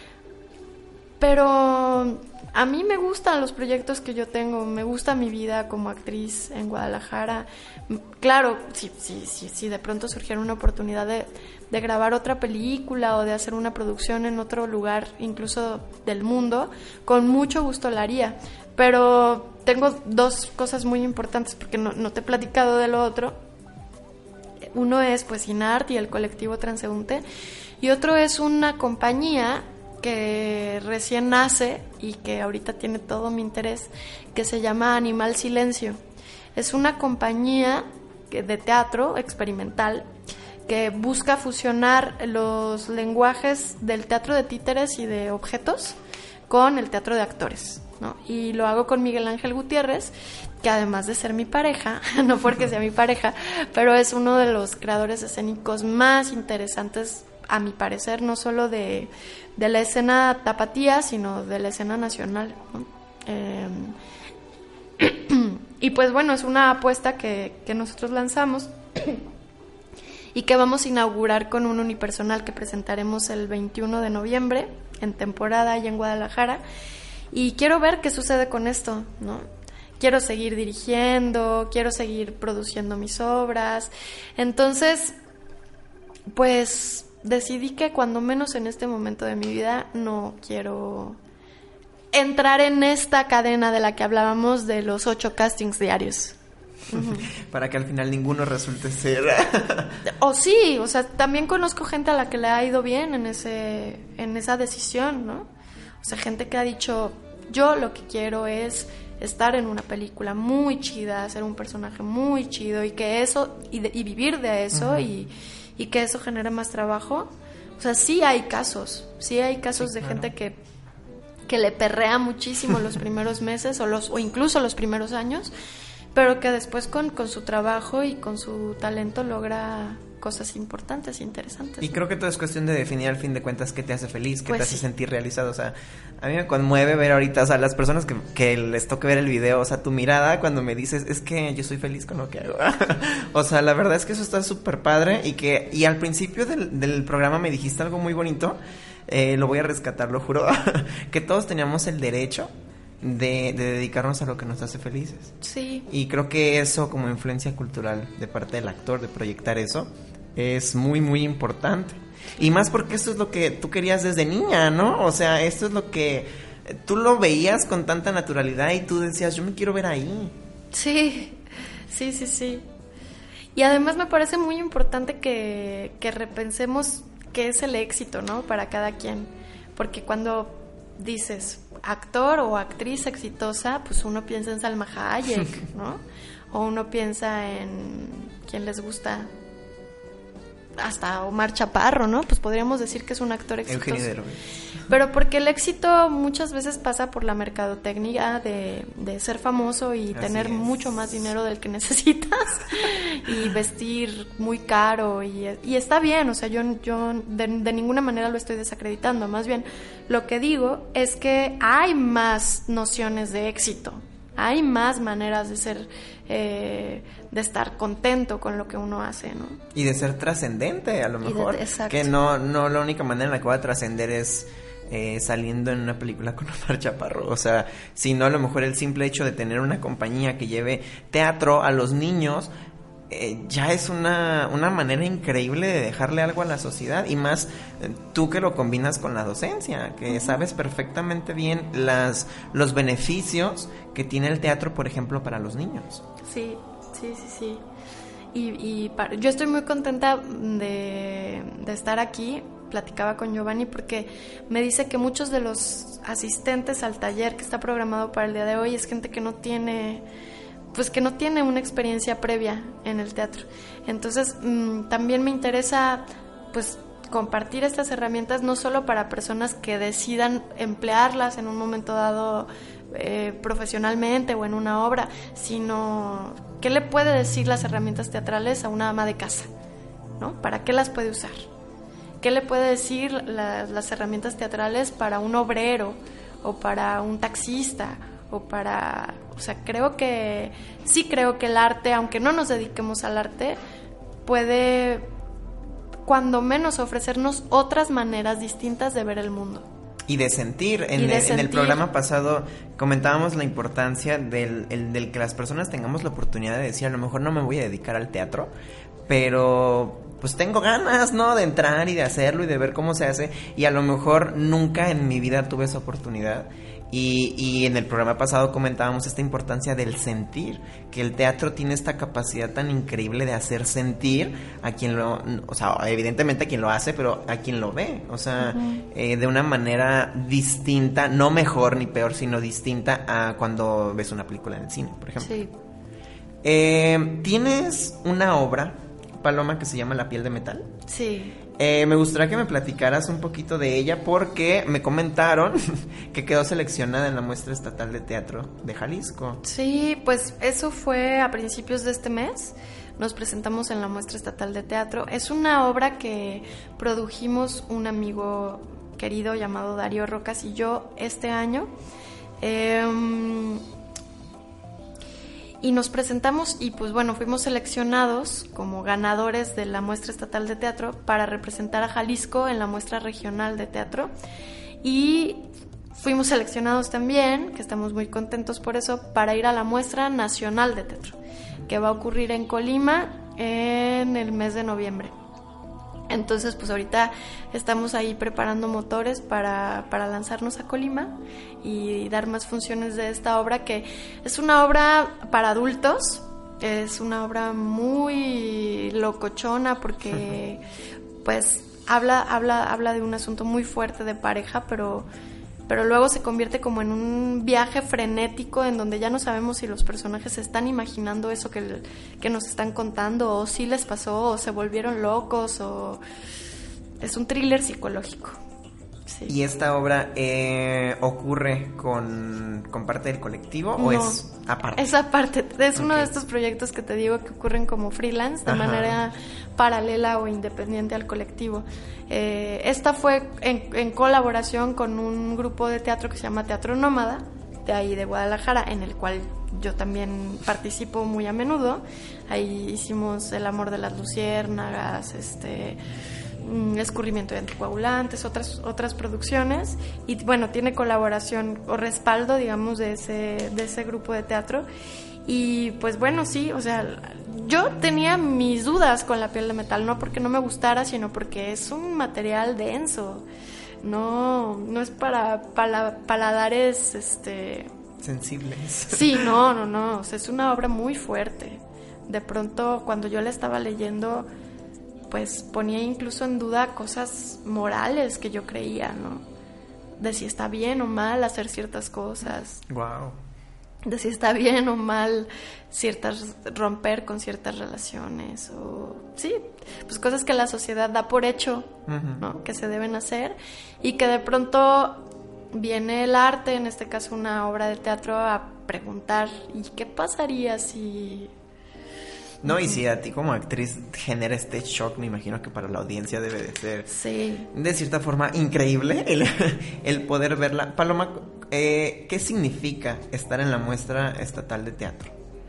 pero a mí me gustan los proyectos que yo tengo, me gusta mi vida como actriz en Guadalajara. Claro, si de pronto surgiera una oportunidad de grabar otra película o de hacer una producción en otro lugar, incluso del mundo, con mucho gusto la haría. Pero tengo dos cosas muy importantes, porque no te he platicado de lo otro. Uno es pues INART y el colectivo Transeúnte, y otro es una compañía que recién nace y que ahorita tiene todo mi interés, que se llama Animal Silencio. Es una compañía de teatro experimental que busca fusionar los lenguajes del teatro de títeres y de objetos con el teatro de actores, ¿no? Y lo hago con Miguel Ángel Gutiérrez, que además de ser mi pareja, no porque sea mi pareja, pero es uno de los creadores escénicos más interesantes, a mi parecer, no solo de la escena tapatía, sino de la escena nacional, ¿no? Y pues bueno, es una apuesta que nosotros lanzamos y que vamos a inaugurar con un unipersonal que presentaremos el 21 de noviembre en temporada allá en Guadalajara, y quiero ver qué sucede con esto, ¿no? Quiero seguir dirigiendo, quiero seguir produciendo mis obras, entonces pues decidí que cuando menos en este momento de mi vida no quiero entrar en esta cadena de la que hablábamos de los 8 castings diarios. Para que al final ninguno resulte ser. O sí, o sea, también conozco gente a la que le ha ido bien en esa decisión, ¿no? O sea, gente que ha dicho, yo lo que quiero es estar en una película muy chida, ser un personaje muy chido, y que eso, y vivir de eso, y que eso genere más trabajo. O sea, sí hay casos de claro, gente que le perrea muchísimo los primeros meses o incluso los primeros años, pero que después con su trabajo y con su talento logra cosas importantes e interesantes. Y creo que todo es cuestión de definir al fin de cuentas qué te hace feliz, qué pues te hace sí. sentir realizado. O sea, a mí me conmueve ver ahorita, o sea, las personas que les toque ver el video, o sea, tu mirada cuando me dices, es que yo soy feliz con lo que hago. O sea, la verdad es que eso está súper padre, y al principio del programa me dijiste algo muy bonito, lo voy a rescatar, lo juro, que todos teníamos el derecho de dedicarnos a lo que nos hace felices. Sí. Y creo que eso, como influencia cultural de parte del actor, de proyectar eso, es muy, muy importante. Y más porque esto es lo que tú querías desde niña, ¿no? O sea, esto es lo que tú lo veías con tanta naturalidad y tú decías, yo me quiero ver ahí. Sí. Y además me parece muy importante que repensemos qué es el éxito, ¿no? Para cada quien. Porque cuando dices actor o actriz exitosa, pues uno piensa en Salma Hayek, ¿no? O uno piensa en quién les gusta, hasta Omar Chaparro, ¿no? Pues podríamos decir que es un actor exitoso. Eugenio Derbez. Pero porque el éxito muchas veces pasa por la mercadotecnia de ser famoso y tener mucho más dinero del que necesitas y vestir muy caro y está bien, o sea, yo de ninguna manera lo estoy desacreditando, más bien lo que digo es que hay más nociones de éxito, hay más maneras de ser, de estar contento con lo que uno hace, ¿no? Y de ser trascendente, a lo mejor. Que no la única manera en la que va a trascender es saliendo en una película con Omar Chaparro. O sea, sino a lo mejor el simple hecho de tener una compañía que lleve teatro a los niños, ya es una manera increíble de dejarle algo a la sociedad. Y más tú que lo combinas con la docencia, que sabes perfectamente bien los beneficios que tiene el teatro, por ejemplo, para los niños. Sí. Y yo estoy muy contenta de estar aquí platicaba con Giovanni, porque me dice que muchos de los asistentes al taller que está programado para el día de hoy es gente que no tiene una experiencia previa en el teatro. Entonces, también me interesa, pues, compartir estas herramientas no solo para personas que decidan emplearlas en un momento dado profesionalmente o en una obra, sino qué le puede decir las herramientas teatrales a una ama de casa, ¿no? ¿Para qué las puede usar? ¿Qué le puede decir las herramientas teatrales para un obrero o para un taxista o para... O sea, creo que el arte, aunque no nos dediquemos al arte, puede, cuando menos, ofrecernos otras maneras distintas de ver el mundo. Y de sentir. En el programa pasado comentábamos la importancia del que las personas tengamos la oportunidad de decir, a lo mejor no me voy a dedicar al teatro, pero pues tengo ganas, ¿no? De entrar y de hacerlo y de ver cómo se hace, y a lo mejor nunca en mi vida tuve esa oportunidad. Y en el programa pasado comentábamos esta importancia del sentir, que el teatro tiene esta capacidad tan increíble de hacer sentir a quien o sea, evidentemente a quien lo hace, pero a quien lo ve, o sea, de una manera distinta, no mejor ni peor, sino distinta a cuando ves una película en el cine, por ejemplo. Sí. ¿Tienes una obra, Paloma, que se llama La piel de metal? Sí. Me gustaría que me platicaras un poquito de ella, porque me comentaron que quedó seleccionada en la Muestra Estatal de Teatro de Jalisco. Sí, pues eso fue a principios de este mes. Nos presentamos en la Muestra Estatal de Teatro. Es una obra que produjimos un amigo querido llamado Darío Rocas y yo este año. Y nos presentamos y pues bueno, fuimos seleccionados como ganadores de la Muestra Estatal de Teatro para representar a Jalisco en la Muestra Regional de Teatro. Y fuimos seleccionados también, que estamos muy contentos por eso, para ir a la Muestra Nacional de Teatro, que va a ocurrir en Colima en el mes de noviembre. Entonces, pues ahorita estamos ahí preparando motores para lanzarnos a Colima y dar más funciones de esta obra, que es una obra para adultos, es una obra muy locochona porque pues habla de un asunto muy fuerte de pareja, pero luego se convierte como en un viaje frenético en donde ya no sabemos si los personajes están imaginando eso que nos están contando, o si les pasó, o se volvieron locos, o es un thriller psicológico. Sí. ¿Y esta obra ocurre con parte del colectivo o No, es aparte? Es aparte, es uno Ok. de estos proyectos que te digo que ocurren como freelance, de Ajá. manera paralela o independiente al colectivo. Esta fue en colaboración con un grupo de teatro que se llama Teatro Nómada, de ahí de Guadalajara, en el cual yo también participo muy a menudo. Ahí hicimos El amor de las luciérnagas, Escurrimiento de anticoagulantes, otras producciones, y bueno, tiene colaboración o respaldo, digamos, de ese grupo de teatro. Y pues bueno, sí, o sea, yo tenía mis dudas con La piel de metal, no porque no me gustara, sino porque es un material denso, no es para paladares Sensibles. Sí, no, o sea, es una obra muy fuerte. De pronto, cuando yo la estaba leyendo, pues ponía incluso en duda cosas morales que yo creía, ¿no? De si está bien o mal hacer ciertas cosas, Wow. de si está bien o mal romper con ciertas relaciones, o sí, pues cosas que la sociedad da por hecho, ¿no? Que se deben hacer, y que de pronto viene el arte, en este caso una obra de teatro, a preguntar, ¿y qué pasaría si...? No, y si a ti como actriz genera este shock, me imagino que para la audiencia debe de ser, Sí. de cierta forma, increíble el poder verla. Paloma, ¿qué significa estar en la Muestra Estatal de Teatro?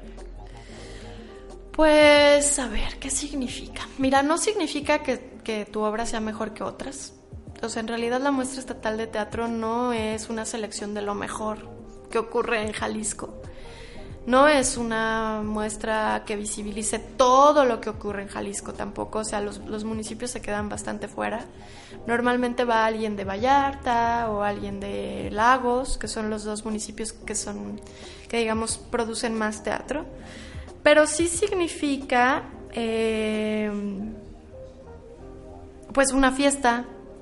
Pues, a ver, ¿qué significa? Mira, no significa que tu obra sea mejor que otras. O sea, en realidad la Muestra Estatal de Teatro no es una selección de lo mejor que ocurre en Jalisco. No es una muestra que visibilice todo lo que ocurre en Jalisco tampoco, o sea, los municipios se quedan bastante fuera. Normalmente va alguien de Vallarta o alguien de Lagos, que son los dos municipios que digamos producen más teatro. Pero sí significa pues una fiesta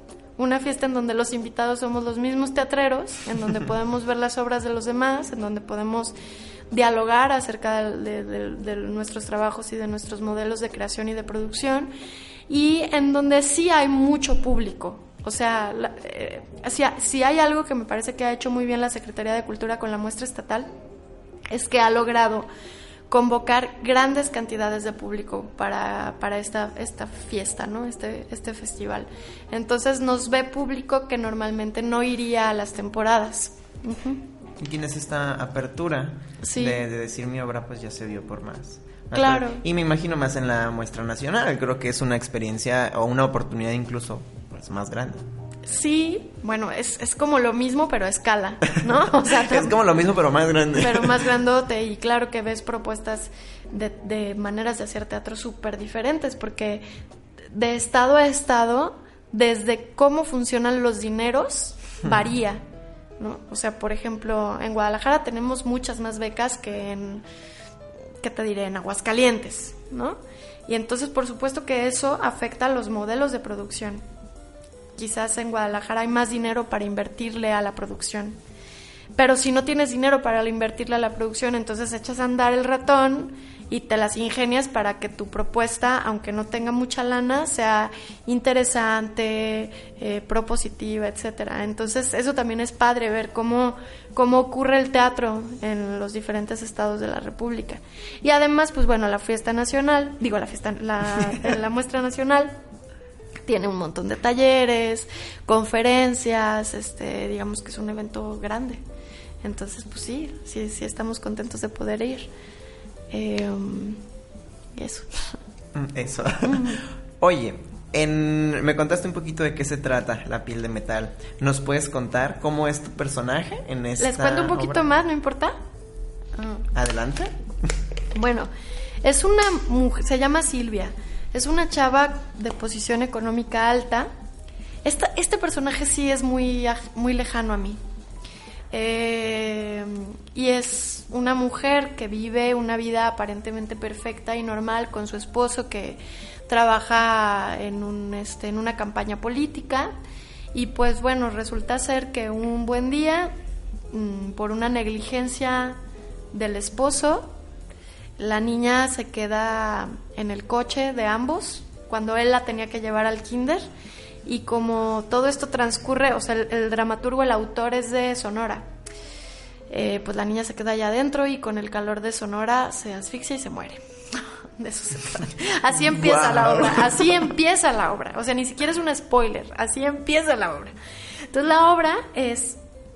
una fiesta en donde los invitados somos los mismos teatreros, en donde podemos ver las obras de los demás, en donde podemos dialogar acerca de nuestros trabajos y de nuestros modelos de creación y de producción, y en donde sí hay mucho público. O sea, si hay algo que me parece que ha hecho muy bien la Secretaría de Cultura con la muestra estatal, es que ha logrado convocar grandes cantidades de público para esta fiesta, ¿no? Este festival. Entonces nos ve público que normalmente no iría a las temporadas. Uh-huh. Y tienes esta apertura sí. de decir mi obra pues ya se vio por más. Claro. Y me imagino más en la muestra nacional, creo que es una experiencia o una oportunidad incluso pues más grande. Sí, bueno, es como lo mismo pero a escala, ¿no? O sea, es como lo mismo pero más grande. Pero más grandote, y claro que ves propuestas de maneras de hacer teatro súper diferentes, porque de estado a estado, desde cómo funcionan los dineros, varía, ¿no? O sea, por ejemplo, en Guadalajara tenemos muchas más becas que en, ¿qué te diré?, en Aguascalientes, ¿no? Y entonces, por supuesto que eso afecta a los modelos de producción. Quizás en Guadalajara hay más dinero para invertirle a la producción. Pero si no tienes dinero para invertirle a la producción, entonces echas a andar el ratón y te las ingenias para que tu propuesta, aunque no tenga mucha lana, sea interesante, propositiva, etcétera. Entonces eso también es padre, ver cómo ocurre el teatro en los diferentes estados de la República. Y además, pues bueno, la fiesta nacional, la muestra nacional tiene un montón de talleres, conferencias, digamos que es un evento grande. Entonces, pues sí estamos contentos de poder ir. Eso. Eso. Oye, me contaste un poquito de qué se trata La piel de metal. ¿Nos puedes contar cómo es tu personaje en esta ¿Les cuento un poquito obra? más, no importa? Adelante. Bueno, es una mujer, se llama Silvia. Es una chava de posición económica alta. Este personaje sí es muy lejano a mí. Y es una mujer que vive una vida aparentemente perfecta y normal con su esposo, que trabaja en una campaña política. Y pues bueno, resulta ser que un buen día, por una negligencia del esposo, la niña se queda en el coche de ambos cuando él la tenía que llevar al kinder, y como todo esto transcurre, o sea, el dramaturgo, el autor es de Sonora, pues la niña se queda allá adentro y con el calor de Sonora se asfixia y se muere. De eso se trata. Así empieza la obra, o sea, ni siquiera es un spoiler, así empieza la obra. Entonces la obra es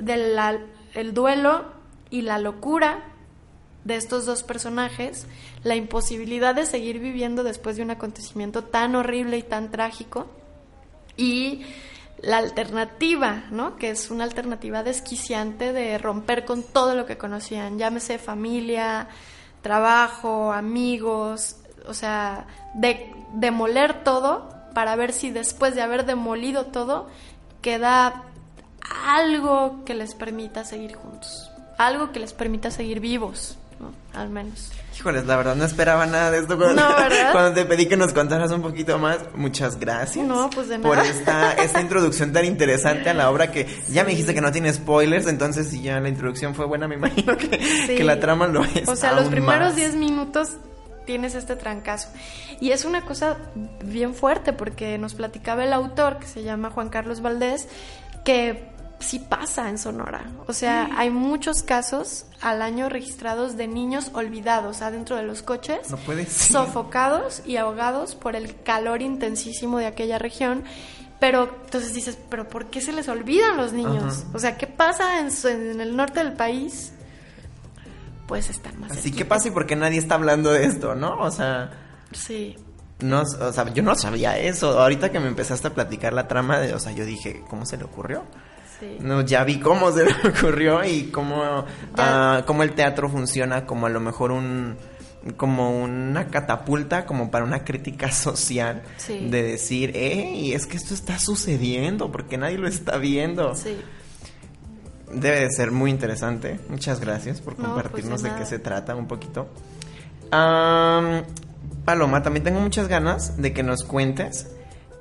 el duelo y la locura de estos dos personajes, la imposibilidad de seguir viviendo después de un acontecimiento tan horrible y tan trágico, y la alternativa, ¿no? Que es una alternativa desquiciante de romper con todo lo que conocían, llámese familia, trabajo, amigos, o sea, de demoler todo para ver si después de haber demolido todo queda algo que les permita seguir juntos, algo que les permita seguir vivos, ¿no? Al menos. Híjoles, la verdad no esperaba nada de esto cuando te pedí que nos contaras un poquito más. Muchas gracias. No, pues de nada. Por esta introducción tan interesante a la obra, que ya me dijiste que no tiene spoilers, entonces si ya la introducción fue buena, me imagino que la trama lo es. O sea, los primeros 10 minutos tienes este trancazo. Y es una cosa bien fuerte, porque nos platicaba el autor, que se llama Juan Carlos Valdés, que sí pasa en Sonora. O sea, hay muchos casos al año registrados de niños olvidados adentro de los coches, no puede ser, sofocados y ahogados por el calor intensísimo de aquella región. Pero entonces dices, ¿pero por qué se les olvidan los niños? Ajá. O sea, ¿qué pasa en el norte del país? Pues están más así cerquita. que pasa, y por qué nadie está hablando de esto, ¿no? O sea, sí. No, o sea, yo no sabía eso. Ahorita que me empezaste a platicar la trama, o sea, yo dije, ¿cómo se le ocurrió? Sí. No, ya vi cómo se le ocurrió y cómo el teatro funciona como a lo mejor como una catapulta, como para una crítica social, sí, de decir, y es que esto está sucediendo porque nadie lo está viendo. Sí. Debe de ser muy interesante. Muchas gracias por compartirnos de qué se trata un poquito. Paloma, también tengo muchas ganas de que nos cuentes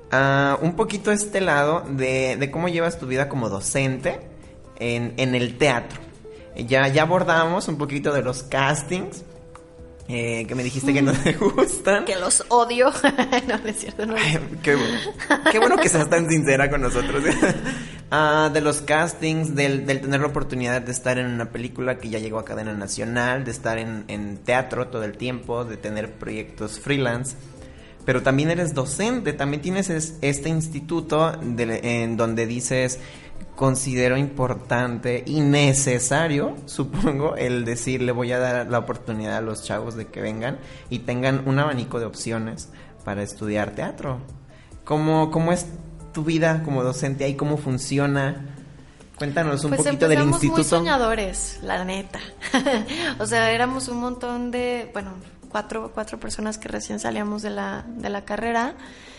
un poquito este lado de cómo llevas tu vida como docente en el teatro. Ya abordamos un poquito de los castings, que me dijiste que no te gustan. Que los odio. No es cierto, no. Ay, qué bueno que seas tan sincera con nosotros. De los castings, del tener la oportunidad de estar en una película que ya llegó a cadena nacional, de estar en teatro todo el tiempo, de tener proyectos freelance. Pero también eres docente, también tienes este instituto en donde dices, considero importante y necesario, supongo, el decir, le voy a dar la oportunidad a los chavos de que vengan y tengan un abanico de opciones para estudiar teatro. ¿Cómo es tu vida como docente ahí? ¿Cómo funciona? Cuéntanos un poquito del instituto. Pues empezamos muy soñadores, la neta. O sea, éramos un montón de, cuatro personas que recién salíamos de la carrera,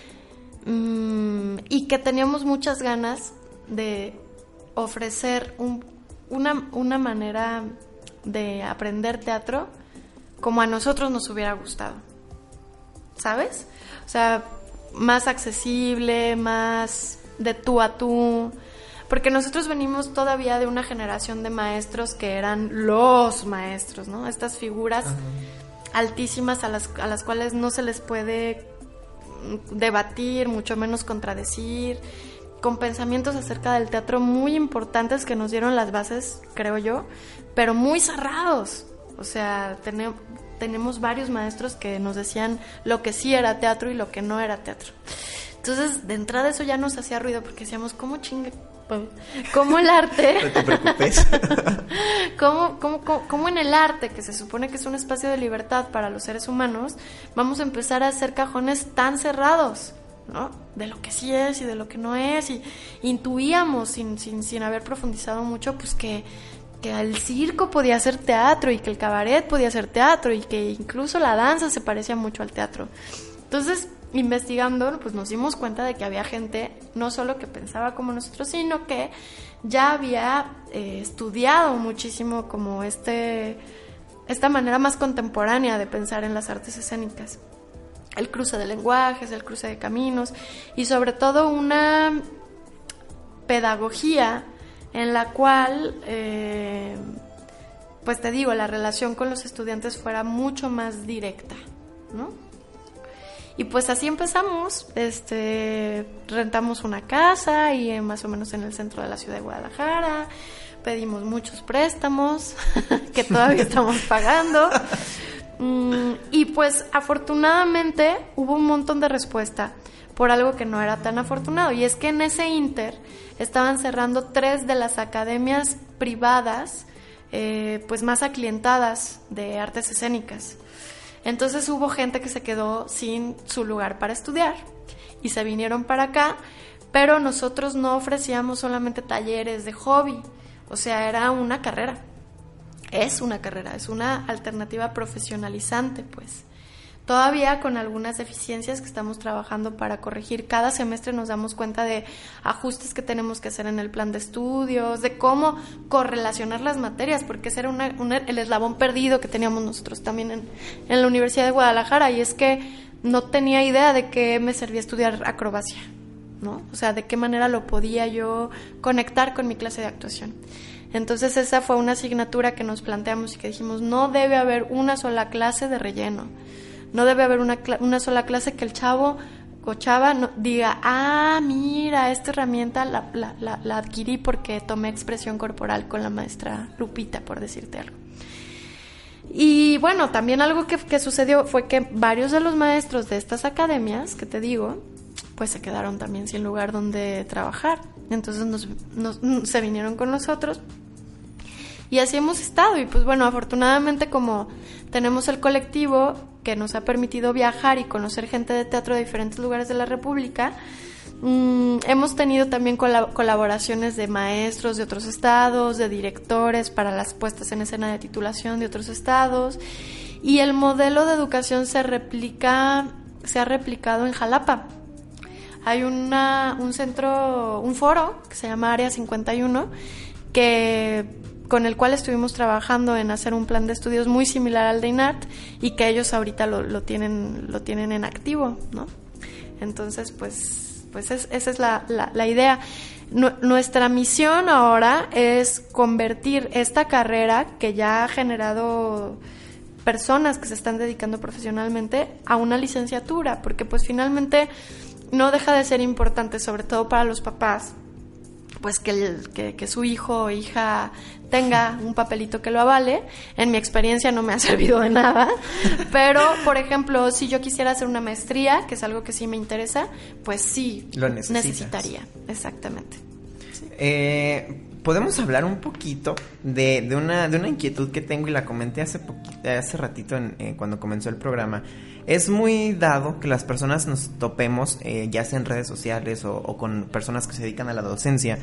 y que teníamos muchas ganas de ofrecer una manera de aprender teatro como a nosotros nos hubiera gustado, ¿sabes? O sea, más accesible, más de tú a tú, porque nosotros venimos todavía de una generación de maestros que eran los maestros, ¿no? Estas figuras altísimas a las cuales no se les puede debatir, mucho menos contradecir, con pensamientos acerca del teatro muy importantes que nos dieron las bases, creo yo, pero muy cerrados. O sea, tenemos varios maestros que nos decían lo que sí era teatro y lo que no era teatro. Entonces, de entrada eso ya nos hacía ruido porque decíamos, ¿cómo el arte? No te preocupes. ¿Cómo en el arte, que se supone que es un espacio de libertad para los seres humanos, vamos a empezar a hacer cajones tan cerrados, ¿no? De lo que sí es y de lo que no es, y intuíamos sin haber profundizado mucho, pues que el circo podía ser teatro y que el cabaret podía ser teatro y que incluso la danza se parecía mucho al teatro. Entonces, investigando, pues nos dimos cuenta de que había gente no solo que pensaba como nosotros, sino que ya había estudiado muchísimo como esta manera más contemporánea de pensar en las artes escénicas. El cruce de lenguajes, el cruce de caminos y sobre todo una pedagogía en la cual, pues te digo, la relación con los estudiantes fuera mucho más directa, ¿no? Y pues así empezamos, rentamos una casa y más o menos en el centro de la ciudad de Guadalajara, pedimos muchos préstamos que todavía estamos pagando, y pues afortunadamente hubo un montón de respuesta por algo que no era tan afortunado, y es que en ese ínter estaban cerrando 3 de las academias privadas pues más aclientadas de artes escénicas. Entonces hubo gente que se quedó sin su lugar para estudiar y se vinieron para acá, pero nosotros no ofrecíamos solamente talleres de hobby, o sea, era una carrera. Es una carrera, es una alternativa profesionalizante, pues. Todavía con algunas deficiencias que estamos trabajando para corregir. Cada semestre nos damos cuenta de ajustes que tenemos que hacer en el plan de estudios, de cómo correlacionar las materias, porque ese era el eslabón perdido que teníamos nosotros también en la Universidad de Guadalajara, y es que no tenía idea de qué me servía estudiar acrobacia, ¿no? O sea, de qué manera lo podía yo conectar con mi clase de actuación. Entonces esa fue una asignatura que nos planteamos y que dijimos, no debe haber una sola clase de relleno. No debe haber una sola clase que el chavo o chava diga, mira, esta herramienta la adquirí porque tomé expresión corporal con la maestra Lupita, por decirte algo. Y bueno, también algo que sucedió fue que varios de los maestros de estas academias, que te digo, pues se quedaron también sin lugar donde trabajar. Entonces se vinieron con nosotros y así hemos estado. Y pues bueno, afortunadamente como tenemos el colectivo que nos ha permitido viajar y conocer gente de teatro de diferentes lugares de la República, hemos tenido también colaboraciones de maestros de otros estados, de directores para las puestas en escena de titulación de otros estados, y el modelo de educación se ha replicado en Jalapa. Hay un foro que se llama Área 51, con el cual estuvimos trabajando en hacer un plan de estudios muy similar al de INART, y que ellos ahorita lo tienen en activo, ¿no? Entonces, pues pues esa es la idea. Nuestra misión ahora es convertir esta carrera que ya ha generado personas que se están dedicando profesionalmente a una licenciatura, porque pues finalmente no deja de ser importante, sobre todo para los papás, pues que su hijo o hija tenga un papelito que lo avale. En mi experiencia no me ha servido de nada, pero por ejemplo, si yo quisiera hacer una maestría, que es algo que sí me interesa, pues sí lo necesitaría, exactamente. Sí. Podemos hablar un poquito de una inquietud que tengo y la comenté hace ratito cuando comenzó el programa. Es muy dado que las personas nos topemos, ya sea en redes sociales o con personas que se dedican a la docencia,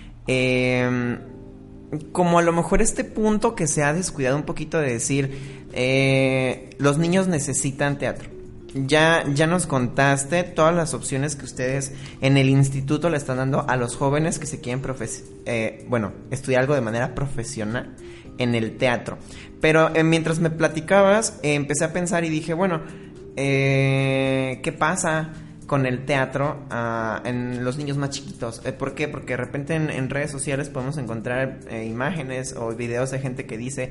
como a lo mejor este punto que se ha descuidado un poquito de decir, los niños necesitan teatro. Ya nos contaste todas las opciones que ustedes en el instituto le están dando a los jóvenes que se quieren estudiar algo de manera profesional en el teatro. Pero mientras me platicabas, empecé a pensar y dije, bueno, ¿qué pasa con el teatro en los niños más chiquitos? ¿Por qué? Porque de repente en redes sociales podemos encontrar imágenes o videos de gente que dice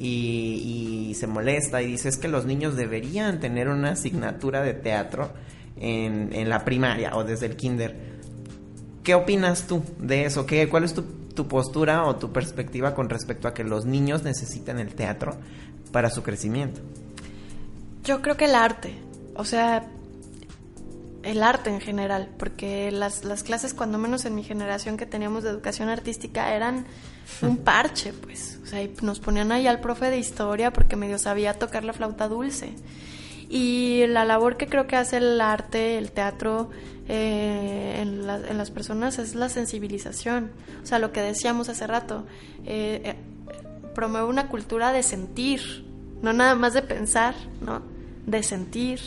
y se molesta y dice, es que los niños deberían tener una asignatura de teatro en la primaria o desde el kinder. ¿Qué opinas tú de eso? ¿Cuál es tu postura o tu perspectiva con respecto a que los niños necesitan el teatro para su crecimiento? Yo creo que el arte, o sea, el arte en general, porque las clases, cuando menos en mi generación que teníamos de educación artística, eran un parche, pues. O sea, y nos ponían ahí al profe de historia porque medio sabía tocar la flauta dulce. Y la labor que creo que hace el arte, el teatro, en las personas es la sensibilización. O sea, lo que decíamos hace rato, promueve una cultura de sentir, no nada más de pensar, ¿no? De sentir,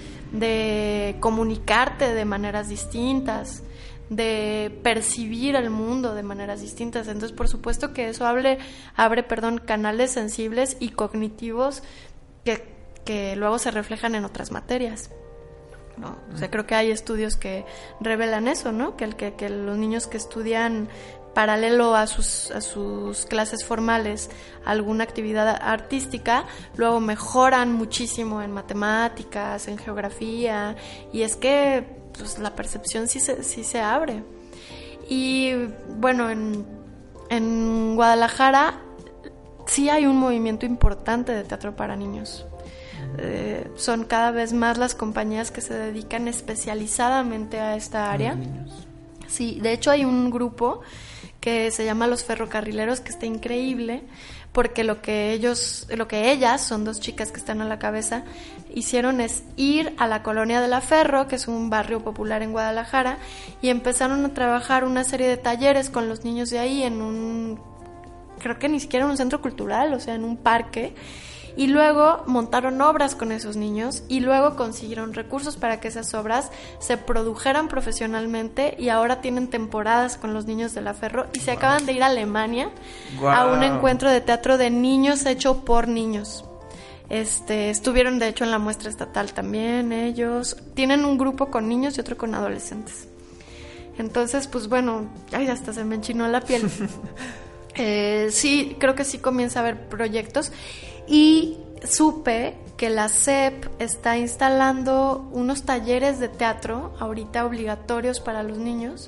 de comunicarte de maneras distintas, de percibir el mundo de maneras distintas. Entonces, por supuesto que eso abre canales sensibles y cognitivos que luego se reflejan en otras materias, ¿no? O sea, creo que hay estudios que revelan eso, ¿no? Que los niños que estudian paralelo a sus clases formales alguna actividad artística, luego mejoran muchísimo en matemáticas, en geografía, y es que pues la percepción sí se abre. Y bueno, en Guadalajara sí hay un movimiento importante de teatro para niños. Son cada vez más las compañías que se dedican especializadamente a esta área. Sí, de hecho hay un grupo que se llama Los Ferrocarrileros, que está increíble, porque lo que ellas, son dos chicas que están a la cabeza, hicieron es ir a la Colonia de la Ferro, que es un barrio popular en Guadalajara, y empezaron a trabajar una serie de talleres con los niños de ahí creo que ni siquiera en un centro cultural, o sea, en un parque. Y luego montaron obras con esos niños y luego consiguieron recursos para que esas obras se produjeran profesionalmente, y ahora tienen temporadas con los niños de la Ferro y se acaban de ir a Alemania a un encuentro de teatro de niños hecho por niños. Estuvieron de hecho en la muestra estatal también. Ellos tienen un grupo con niños y otro con adolescentes. Entonces, pues bueno, ay, hasta se me enchinó la piel. Sí, creo que sí comienza a haber proyectos. Y supe que la SEP está instalando unos talleres de teatro ahorita obligatorios para los niños,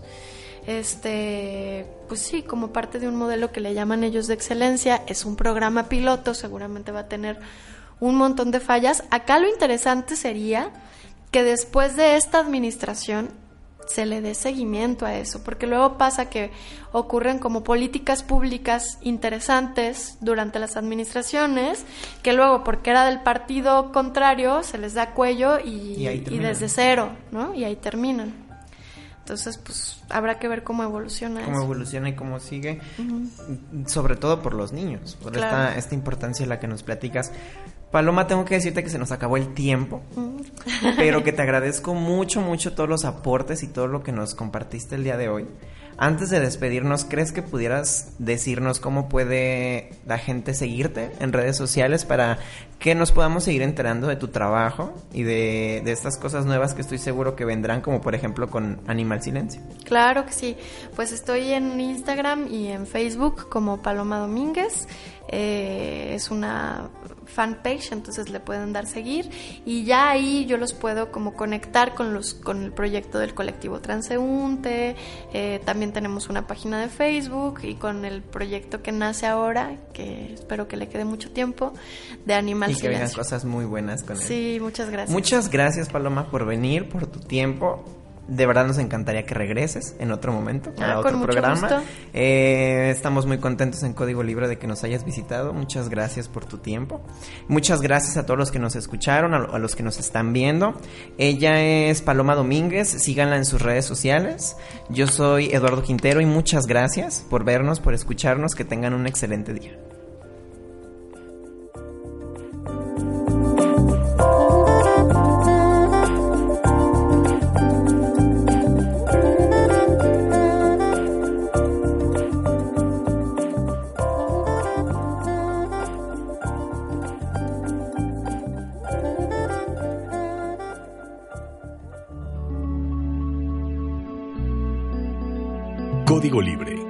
pues sí, como parte de un modelo que le llaman ellos de excelencia. Es un programa piloto, seguramente va a tener un montón de fallas. Acá lo interesante sería que después de esta administración se le dé seguimiento a eso, porque luego pasa que ocurren como políticas públicas interesantes durante las administraciones, que luego, porque era del partido contrario, se les da cuello y desde cero, ¿no? Y ahí terminan. Entonces, pues, habrá que ver cómo evoluciona eso. Cómo evoluciona y cómo sigue, sobre todo por los niños, por esta importancia en la que nos platicas. Paloma, tengo que decirte que se nos acabó el tiempo, pero que te agradezco mucho, mucho todos los aportes y todo lo que nos compartiste el día de hoy. Antes de despedirnos, ¿crees que pudieras decirnos cómo puede la gente seguirte en redes sociales para que nos podamos seguir enterando de tu trabajo y de estas cosas nuevas que estoy seguro que vendrán, como por ejemplo con Animal Silencio? Claro que sí, pues estoy en Instagram y en Facebook como Paloma Domínguez. Es una fanpage, entonces le pueden dar seguir y ya ahí yo los puedo como conectar con el proyecto del colectivo Transeúnte. También tenemos una página de Facebook y con el proyecto que nace ahora, que espero que le quede mucho tiempo, de Animal Silencio. Y que vengan cosas muy buenas con él. Sí, muchas gracias. Muchas gracias, Paloma, por venir, por tu tiempo. De verdad nos encantaría que regreses en otro momento para otro programa. Estamos muy contentos en Código Libre de que nos hayas visitado. Muchas gracias por tu tiempo. Muchas gracias a todos los que nos escucharon, a los que nos están viendo. Ella es Paloma Domínguez, síganla en sus redes sociales. Yo soy Eduardo Quintero y muchas gracias por vernos, por escucharnos. Que tengan un excelente día. Código Libre